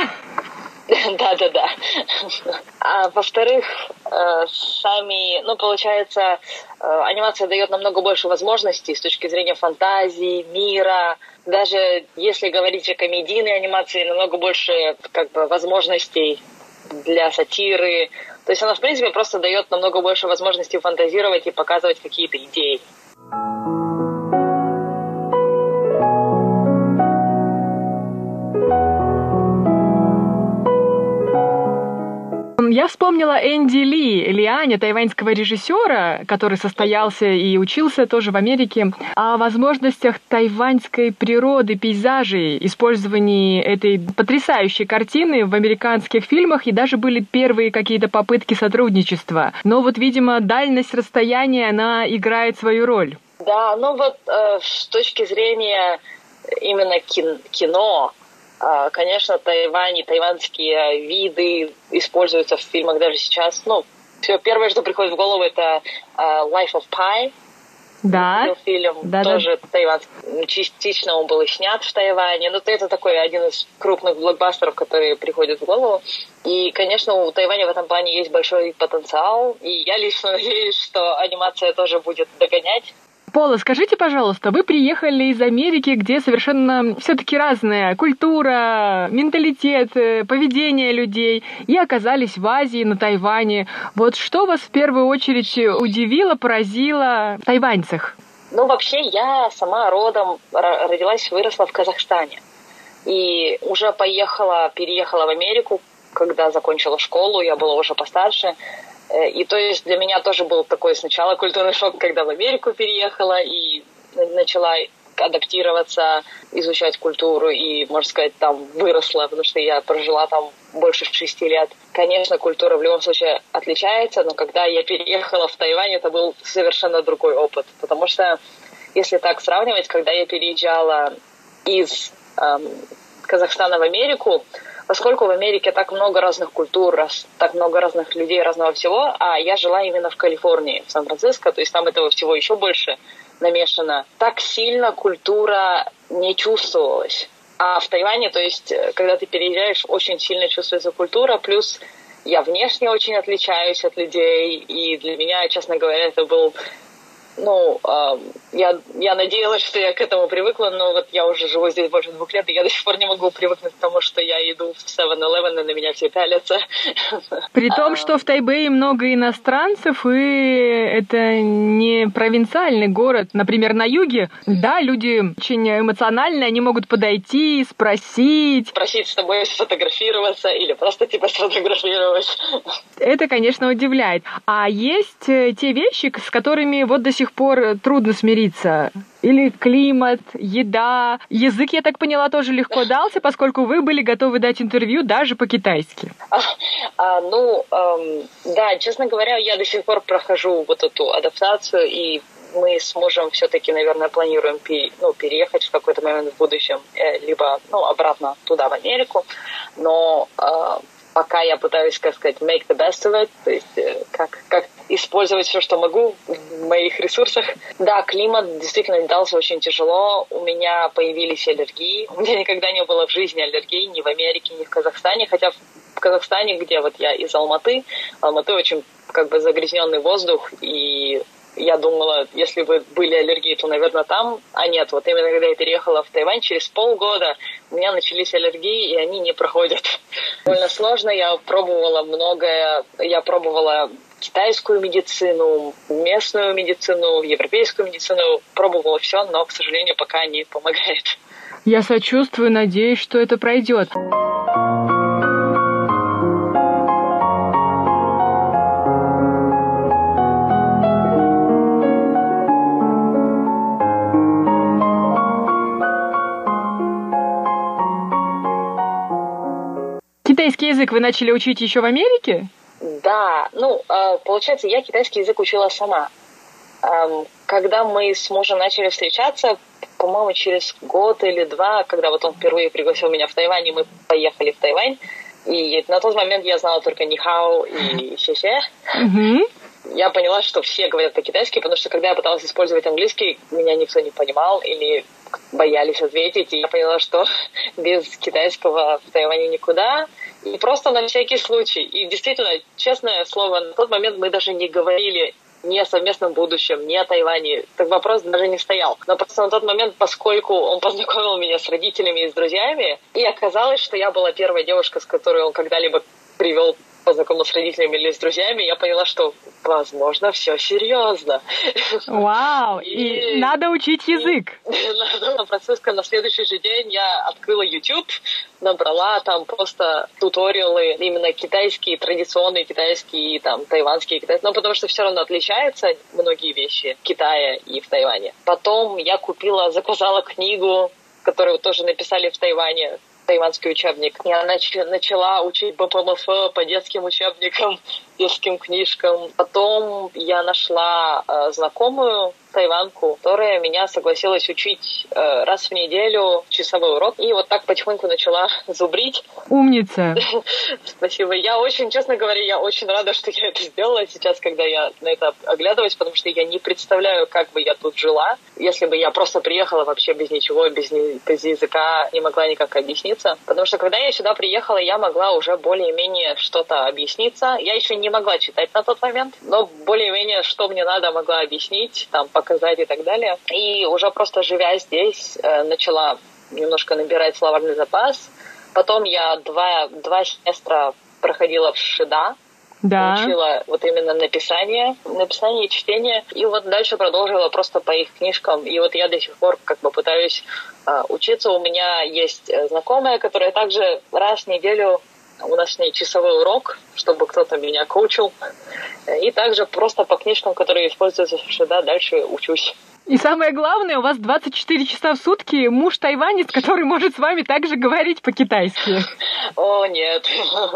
Да-да-да. А во-вторых, сами, ну, получается, анимация дает намного больше возможностей с точки зрения фантазии, мира. Даже если говорить о комедийной анимации, намного больше, как бы, возможностей для сатиры. То есть она, в принципе, просто дает намного больше возможностей фантазировать и показывать какие-то идеи. Я вспомнила Энди Ли, Лианя, тайваньского режиссера, который состоялся и учился тоже в Америке, о возможностях тайваньской природы, пейзажей, использовании этой потрясающей картины в американских фильмах, и даже были первые какие-то попытки сотрудничества. Но вот, видимо, дальность расстояния, она играет свою роль. Да, ну вот э, с точки зрения именно кин- кино, конечно, Тайвань и тайваньские виды используются в фильмах даже сейчас. Ну, все первое, что приходит в голову, это uh, Life of Pi. Да. Фильм да, тоже да. Тайванский. Частично он был и снят в Тайване. Но это такой один из крупных блокбастеров, которые приходят в голову. И, конечно, у Тайваня в этом плане есть большой потенциал. И я лично надеюсь, что анимация тоже будет догонять. Пола, скажите, пожалуйста, вы приехали из Америки, где совершенно все-таки разная культура, менталитет, поведение людей, и оказались в Азии, на Тайване. Вот что вас в первую очередь удивило, поразило в тайваньцах? Ну, вообще, я сама родом родилась, выросла в Казахстане. И уже поехала, переехала в Америку, когда закончила школу, я была уже постарше. И то есть для меня тоже был такой сначала культурный шок, когда в Америку переехала и начала адаптироваться, изучать культуру и, можно сказать, там выросла, потому что я прожила там больше шести лет. Конечно, культура в любом случае отличается, но когда я переехала в Тайвань, это был совершенно другой опыт, потому что, если так сравнивать, когда я переезжала из эм, Казахстана в Америку, поскольку в Америке так много разных культур, так много разных людей, разного всего, а я жила именно в Калифорнии, в Сан-Франциско, то есть там этого всего еще больше намешано, так сильно культура не чувствовалась. А в Тайване, то есть, когда ты переезжаешь, очень сильно чувствуется культура, плюс я внешне очень отличаюсь от людей, и для меня, честно говоря, это был... Ну, э, я, я надеялась, что я к этому привыкла, но вот я уже живу здесь больше двух лет, и я до сих пор не могу привыкнуть к тому, что я иду в севен элевен, и на меня все пялятся. При том, что в Тайбэе много иностранцев, и это не провинциальный город. Например, на юге, да, люди очень эмоциональные, они могут подойти, спросить. Просить с тобой сфотографироваться или просто типа сфотографировать. Это, конечно, удивляет. А есть те вещи, с которыми вот до сих пор трудно смириться? Или климат, еда, язык, я так поняла, тоже легко дался, поскольку вы были готовы дать интервью даже по-китайски. А, а, ну, эм, да, честно говоря, я до сих пор прохожу вот эту адаптацию, и мы с мужем все-таки, наверное, планируем пере, ну, переехать в какой-то момент в будущем, э, либо ну, обратно туда, в Америку, но... Э, пока я пытаюсь, как сказать, make the best of it, то есть как, как использовать все, что могу в моих ресурсах. Да, климат действительно дался очень тяжело. У меня появились аллергии. У меня никогда не было в жизни аллергий ни в Америке, ни в Казахстане. Хотя в Казахстане, где вот я из Алматы, Алматы очень как бы загрязненный воздух, и я думала, если бы были аллергии, то, наверное, там. А нет, вот именно когда я переехала в Тайвань, через полгода у меня начались аллергии, и они не проходят. Довольно сложно. Я пробовала многое. Я пробовала китайскую медицину, местную медицину, европейскую медицину. Пробовала все, но, к сожалению, пока не помогает. Я сочувствую, надеюсь, что это пройдет. Китайский язык вы начали учить еще в Америке? Да, ну, получается, я китайский язык учила сама. Когда мы с мужем начали встречаться, по-моему, через год или два, когда вот он впервые пригласил меня в Тайвань, и мы поехали в Тайвань, и на тот момент я знала только нихао и ще-ще. Mm-hmm. Я поняла, что все говорят по-китайски, потому что когда я пыталась использовать английский, меня никто не понимал или боялись ответить, и я поняла, что без китайского в Тайване никуда, и просто на всякий случай. И действительно, честное слово, на тот момент мы даже не говорили ни о совместном будущем, ни о Тайване. Так вопрос даже не стоял. Но просто на тот момент, поскольку он познакомил меня с родителями и с друзьями, и оказалось, что я была первая девушка, с которой он когда-либо привел, познакомился с родителями или с друзьями, я поняла, что, возможно, все серьезно. Вау! И, и надо учить язык. На французском на следующий же день я открыла YouTube, набрала там просто туториалы, именно китайские, традиционные китайские, там, тайванские китайские, но потому что все равно отличаются многие вещи в Китае и в Тайване. Потом я купила, заказала книгу, которую тоже написали в Тайване, тайванский учебник. Я нач- начала учить бэ пэ эм эф по детским учебникам. детским книжкам. Потом я нашла э, знакомую тайванку, которая меня согласилась учить э, раз в неделю часовой урок. И вот так потихоньку начала зубрить. Умница. Спасибо. Я очень, честно говоря, я очень рада, что я это сделала сейчас, когда я на это оглядываюсь, потому что я не представляю, как бы я тут жила, если бы я просто приехала вообще без ничего, без, без языка, не могла никак объясниться. Потому что когда я сюда приехала, я могла уже более-менее что-то объясниться. Я еще не могла читать на тот момент, но более-менее, что мне надо, могла объяснить, там, показать и так далее. И уже просто живя здесь, э, начала немножко набирать словарный запас. Потом я два, два семестра проходила в ШИДА, да. Учила вот именно написание, написание и чтение. И вот дальше продолжила просто по их книжкам. И вот я до сих пор как бы пытаюсь э, учиться. У меня есть знакомая, которая также раз в неделю, у нас с ней часовой урок, чтобы кто-то меня коучил. И также просто по книжкам, которые используются в ШИДА, дальше учусь. И самое главное, у вас двадцать четыре часа в сутки муж тайванец, который может с вами также говорить по-китайски. О, нет.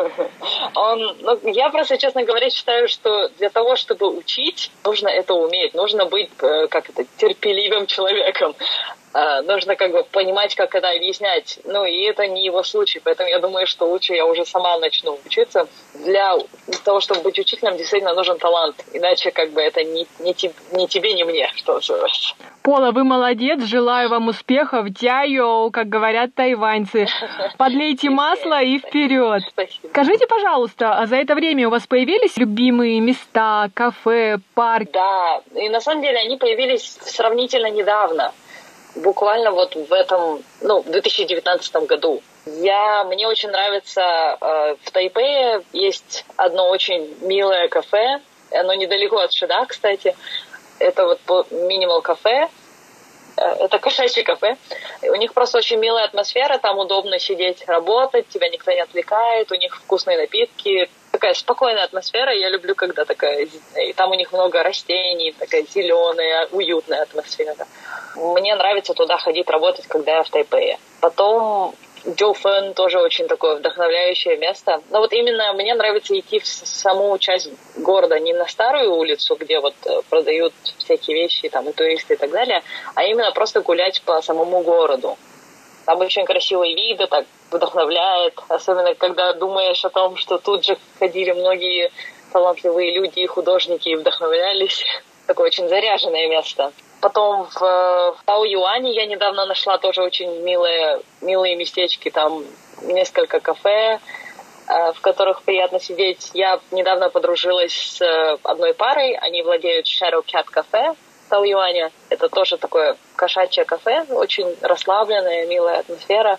Он, ну, я просто, честно говоря, считаю, что для того, чтобы учить, нужно это уметь. Нужно быть, как это, терпеливым человеком. Uh, нужно как бы понимать, как это объяснять. Ну, и это не его случай. Поэтому я думаю, что лучше я уже сама начну учиться. Для, для того, чтобы быть учителем, действительно нужен талант. Иначе как бы это не, не, тебе, не тебе, не мне, что называется. Пола, вы молодец. Желаю вам успехов. Тяйо, как говорят тайваньцы. Подлейте масло и вперед. Спасибо. Скажите, пожалуйста, а за это время у вас появились любимые места, кафе, парк? Да, и на самом деле они появились сравнительно недавно. Буквально вот в этом, ну, в две тысячи девятнадцатом году. Я, мне очень нравится, э, в Тайпэе есть одно очень милое кафе, оно недалеко от ШИДА, кстати. Это вот Minimal кафе, э, это кошачье кафе. У них просто очень милая атмосфера, там удобно сидеть, работать, тебя никто не отвлекает, у них вкусные напитки. Такая спокойная атмосфера, я люблю, когда такая... И там у них много растений, такая зеленая, уютная атмосфера. Мне нравится туда ходить, работать, когда я в Тайпэе. Потом Джоуфэн тоже очень такое вдохновляющее место. Но вот именно мне нравится идти в саму часть города, не на старую улицу, где вот продают всякие вещи, там, и туристы и так далее, а именно просто гулять по самому городу. Там очень красивые виды, так вдохновляет. Особенно, когда думаешь о том, что тут же ходили многие талантливые люди и художники и вдохновлялись. Такое очень заряженное место. Потом в, в Таоюане я недавно нашла тоже очень милые, милые местечки. Там несколько кафе, в которых приятно сидеть. Я недавно подружилась с одной парой. Они владеют Shadow Cat Cafe в Таоюане. Это тоже такое кошачье кафе. Очень расслабленная, милая атмосфера.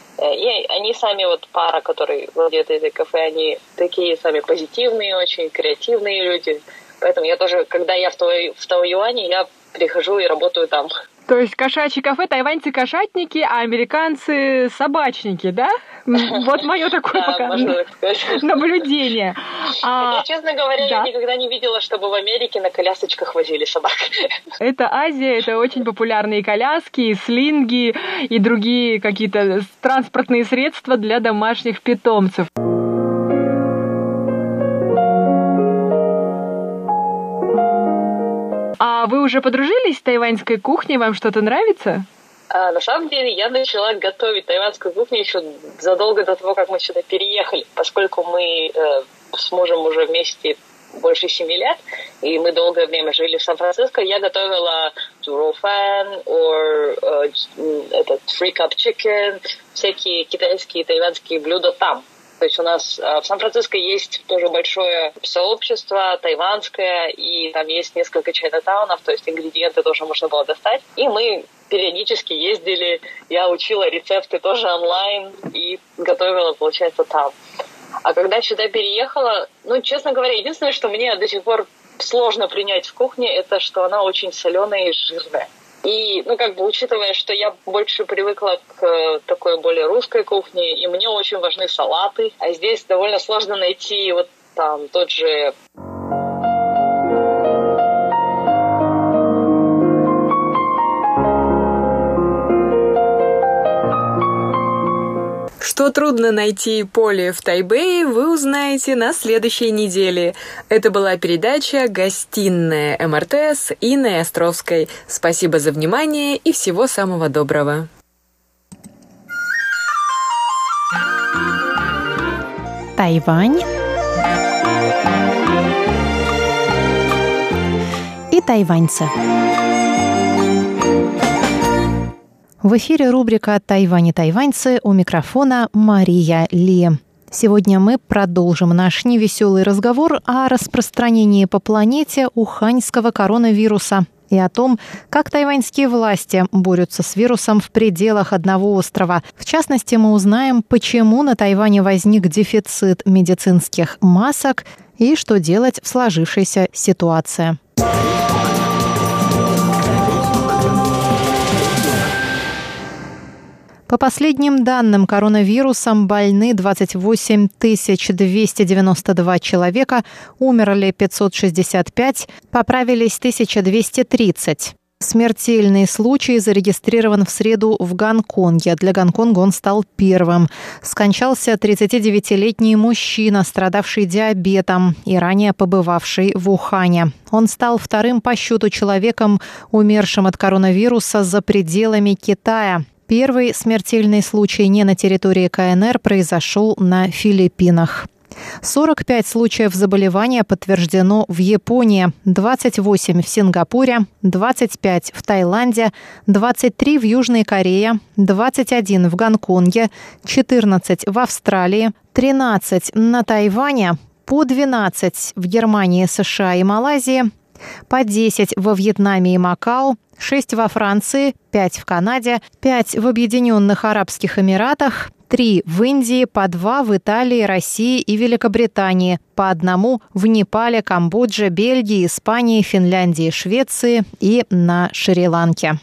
И они сами, вот пара, которые владеют этой кафе, они такие сами позитивные, очень креативные люди. Поэтому я тоже, когда я в Таоюане, я прихожу и работаю там. То есть кошачье кафе, тайваньцы кошатники, а американцы собачники, да? Вот мое такое пока наблюдение. Хотя, честно говоря, я никогда не видела, чтобы в Америке на колясочках возили собак. Это Азия, это очень популярные коляски, и слинги, и другие какие-то транспортные средства для домашних питомцев. А вы уже подружились с тайваньской кухней? Вам что-то нравится? А, на самом деле я начала готовить тайваньскую кухню еще задолго до того, как мы сюда переехали, поскольку мы э, с мужем уже вместе больше семи лет, и мы долгое время жили в Сан-Франциско. Я готовила джурофан, or, uh, этот free cup chicken, всякие китайские и тайваньские блюда там. То есть у нас в Сан-Франциско есть тоже большое сообщество тайванское, и там есть несколько чайнатаунов, то есть ингредиенты тоже можно было достать. И мы периодически ездили, я учила рецепты тоже онлайн и готовила, получается, там. А когда сюда переехала, ну, честно говоря, единственное, что мне до сих пор сложно принять в кухне, это что она очень соленая и жирная. И, ну, как бы, учитывая, что я больше привыкла к такой более русской кухне, и мне очень важны салаты, а здесь довольно сложно найти вот там тот же... Что трудно найти поле в Тайбэе, вы узнаете на следующей неделе. Это была передача «Гостиная эм эр тэ» с Инной Островской. Спасибо за внимание и всего самого доброго. Тайвань и тайваньцы. В эфире рубрика «Тайвань и тайваньцы», у микрофона Мария Ли. Сегодня мы продолжим наш невеселый разговор о распространении по планете уханьского коронавируса и о том, как тайваньские власти борются с вирусом в пределах одного острова. В частности, мы узнаем, почему на Тайване возник дефицит медицинских масок и что делать в сложившейся ситуации. По последним данным, коронавирусом больны двадцать восемь тысяч двести девяносто два человека, умерли пятьсот шестьдесят пять, поправились тысяча двести тридцать. Смертельный случай зарегистрирован в среду в Гонконге. Для Гонконга он стал первым. Скончался тридцатидевятилетний мужчина, страдавший диабетом и ранее побывавший в Ухане. Он стал вторым по счету человеком, умершим от коронавируса за пределами Китая. Первый смертельный случай не на территории ка эн эр произошел на Филиппинах. сорок пять случаев заболевания подтверждено в Японии, двадцать восемь в Сингапуре, двадцать пять в Таиланде, двадцать три в Южной Корее, двадцать один в Гонконге, четырнадцать в Австралии, тринадцать на Тайване, по двенадцать в Германии, США и Малайзии, по десять во Вьетнаме и Макао, шесть во Франции, пять в Канаде, пять в Объединенных Арабских Эмиратах, три в Индии, по два в Италии, России и Великобритании, по одному в Непале, Камбодже, Бельгии, Испании, Финляндии, Швеции и на Шри-Ланке.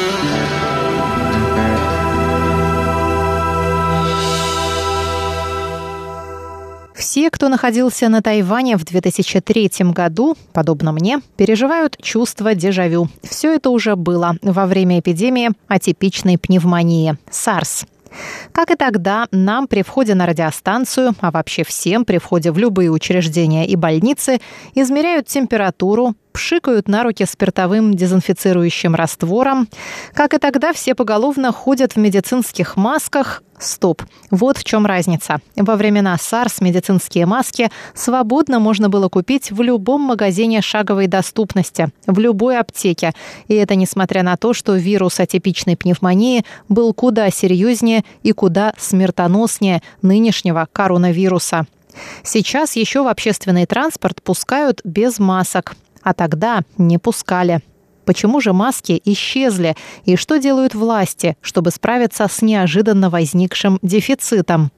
Все, кто находился на Тайване в две тысячи третьем году, подобно мне, переживают чувство дежавю. Все это уже было во время эпидемии атипичной пневмонии – SARS. Как и тогда, нам при входе на радиостанцию, а вообще всем при входе в любые учреждения и больницы, измеряют температуру, пшикают на руки спиртовым дезинфицирующим раствором. Как и тогда, все поголовно ходят в медицинских масках. Стоп. Вот в чем разница. Во времена SARS медицинские маски свободно можно было купить в любом магазине шаговой доступности, в любой аптеке. И это несмотря на то, что вирус атипичной пневмонии был куда серьезнее и куда смертоноснее нынешнего коронавируса. Сейчас еще в общественный транспорт пускают без масок, а тогда не пускали. Почему же маски исчезли? И что делают власти, чтобы справиться с неожиданно возникшим дефицитом?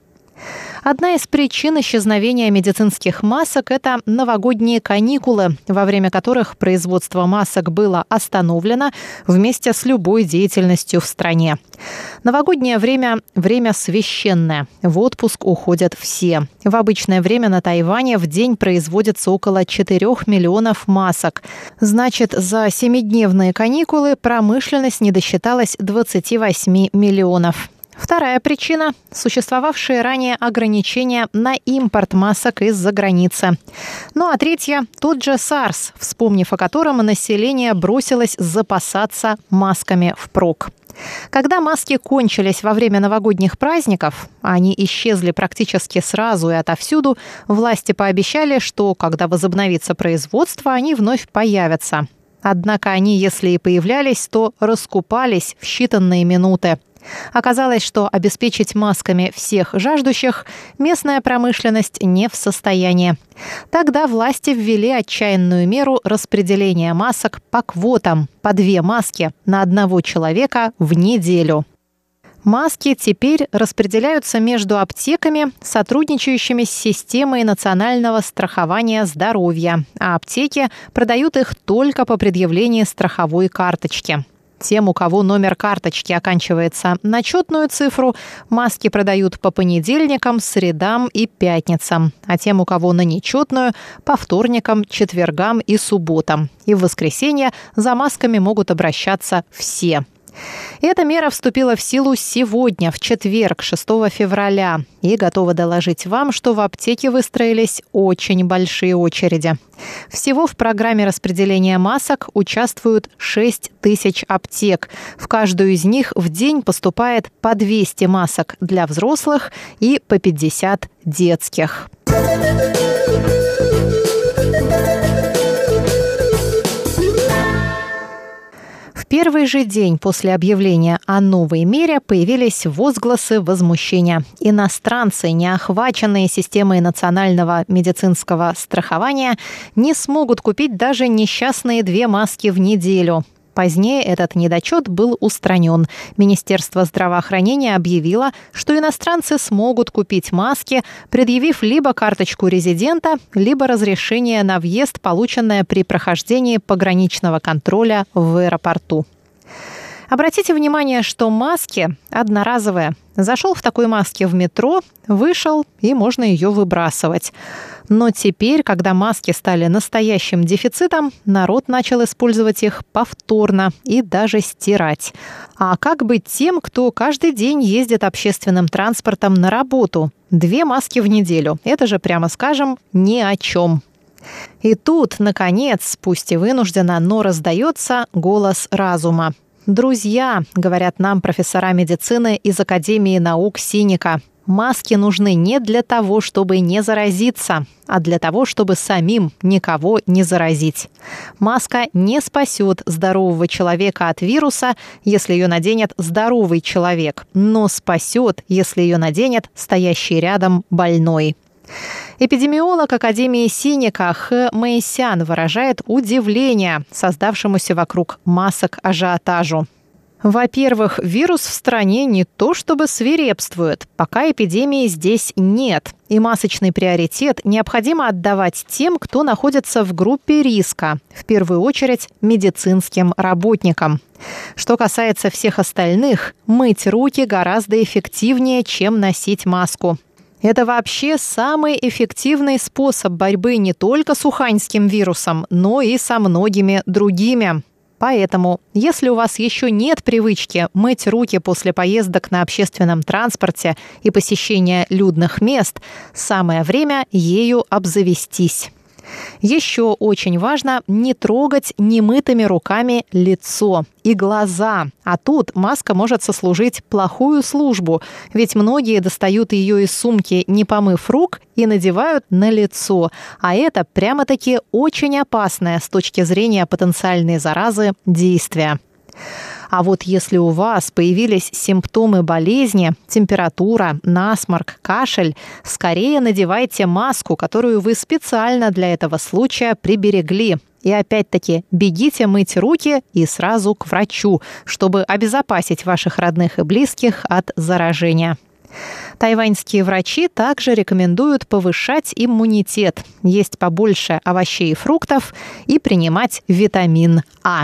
Одна из причин исчезновения медицинских масок – это новогодние каникулы, во время которых производство масок было остановлено вместе с любой деятельностью в стране. Новогоднее время – время священное. В отпуск уходят все. В обычное время на Тайване в день производится около четырёх миллионов масок. Значит, за семидневные каникулы промышленность не досчиталась двадцати восьми миллионов. Вторая причина – существовавшие ранее ограничения на импорт масок из-за границы. Ну а третья – тот же SARS, вспомнив о котором население бросилось запасаться масками впрок. Когда маски кончились во время новогодних праздников, а они исчезли практически сразу и отовсюду, власти пообещали, что, когда возобновится производство, они вновь появятся. Однако они, если и появлялись, то раскупались в считанные минуты. Оказалось, что обеспечить масками всех жаждущих местная промышленность не в состоянии. Тогда власти ввели отчаянную меру распределения масок по квотам, по две маски на одного человека в неделю. Маски теперь распределяются между аптеками, сотрудничающими с системой национального страхования здоровья, а аптеки продают их только по предъявлении страховой карточки. Тем, у кого номер карточки оканчивается на четную цифру, маски продают по понедельникам, средам и пятницам, а тем, у кого на нечетную, по вторникам, четвергам и субботам. И в воскресенье за масками могут обращаться все. Эта мера вступила в силу сегодня, в четверг, шестого февраля. И готова доложить вам, что в аптеке выстроились очень большие очереди. Всего в программе распределения масок участвуют шесть тысяч аптек. В каждую из них в день поступает по двести масок для взрослых и по пятьдесят детских. В первый же день после объявления о новой мере появились возгласы возмущения. Иностранцы, не охваченные системой национального медицинского страхования, не смогут купить даже несчастные две маски в неделю. Позднее этот недочет был устранен. Министерство здравоохранения объявило, что иностранцы смогут купить маски, предъявив либо карточку резидента, либо разрешение на въезд, полученное при прохождении пограничного контроля в аэропорту. Обратите внимание, что маски одноразовые. Зашел в такой маске в метро, вышел, и можно ее выбрасывать. Но теперь, когда маски стали настоящим дефицитом, народ начал использовать их повторно и даже стирать. А как быть тем, кто каждый день ездит общественным транспортом на работу? Две маски в неделю. Это же, прямо скажем, ни о чем. И тут, наконец, пусть и вынужденно, но раздается голос разума. «Друзья», — говорят нам профессора медицины из Академии наук Синика, маски нужны не для того, чтобы не заразиться, а для того, чтобы самим никого не заразить. Маска не спасет здорового человека от вируса, если ее наденет здоровый человек, но спасет, если ее наденет стоящий рядом больной. Эпидемиолог Академии Синика Х. Моисян выражает удивление создавшемуся вокруг масок ажиотажу. Во-первых, вирус в стране не то чтобы свирепствует, пока эпидемии здесь нет. И масочный приоритет необходимо отдавать тем, кто находится в группе риска, в первую очередь медицинским работникам. Что касается всех остальных, мыть руки гораздо эффективнее, чем носить маску. Это вообще самый эффективный способ борьбы не только с уханьским вирусом, но и со многими другими. Поэтому, если у вас еще нет привычки мыть руки после поездок на общественном транспорте и посещения людных мест, самое время ею обзавестись. Еще очень важно не трогать немытыми руками лицо и глаза. А тут маска может сослужить плохую службу, ведь многие достают ее из сумки, не помыв рук, и надевают на лицо. А это прямо-таки очень опасное с точки зрения потенциальной заразы действие. А вот если у вас появились симптомы болезни, температура, насморк, кашель, скорее надевайте маску, которую вы специально для этого случая приберегли. И опять-таки бегите мыть руки и сразу к врачу, чтобы обезопасить ваших родных и близких от заражения. Тайваньские врачи также рекомендуют повышать иммунитет, есть побольше овощей и фруктов и принимать витамин А.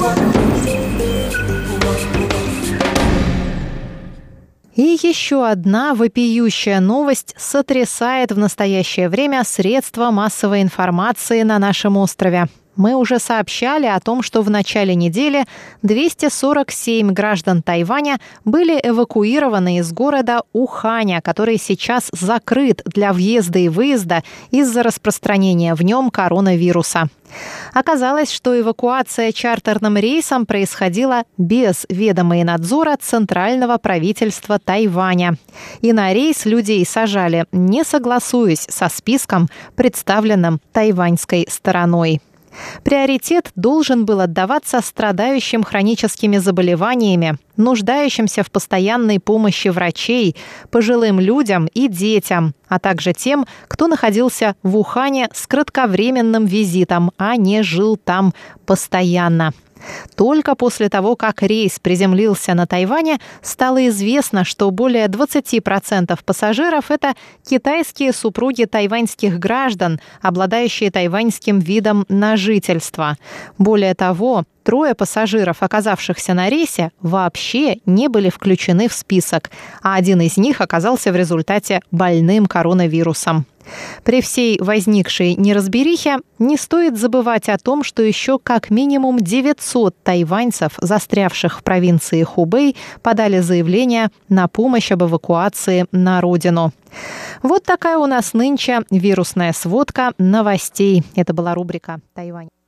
И еще одна вопиющая новость сотрясает в настоящее время средства массовой информации на нашем острове. Мы уже сообщали о том, что в начале недели двести сорок семь граждан Тайваня были эвакуированы из города Уханя, который сейчас закрыт для въезда и выезда из-за распространения в нем коронавируса. Оказалось, что эвакуация чартерным рейсом происходила без ведома и надзора центрального правительства Тайваня. И на рейс людей сажали, не согласуясь со списком, представленным тайваньской стороной. Приоритет должен был отдаваться страдающим хроническими заболеваниями, нуждающимся в постоянной помощи врачей, пожилым людям и детям, а также тем, кто находился в Ухане с кратковременным визитом, а не жил там постоянно. Только после того, как рейс приземлился на Тайване, стало известно, что более двадцать процентов пассажиров – это китайские супруги тайваньских граждан, обладающие тайваньским видом на жительство. Более того, Трое пассажиров, оказавшихся на рейсе, вообще не были включены в список, а один из них оказался в результате больным коронавирусом. При всей возникшей неразберихе не стоит забывать о том, что еще как минимум девятьсот тайваньцев, застрявших в провинции Хубэй, подали заявление на помощь об эвакуации на родину. Вот такая у нас нынче вирусная сводка новостей. Это была рубрика «Тайвань».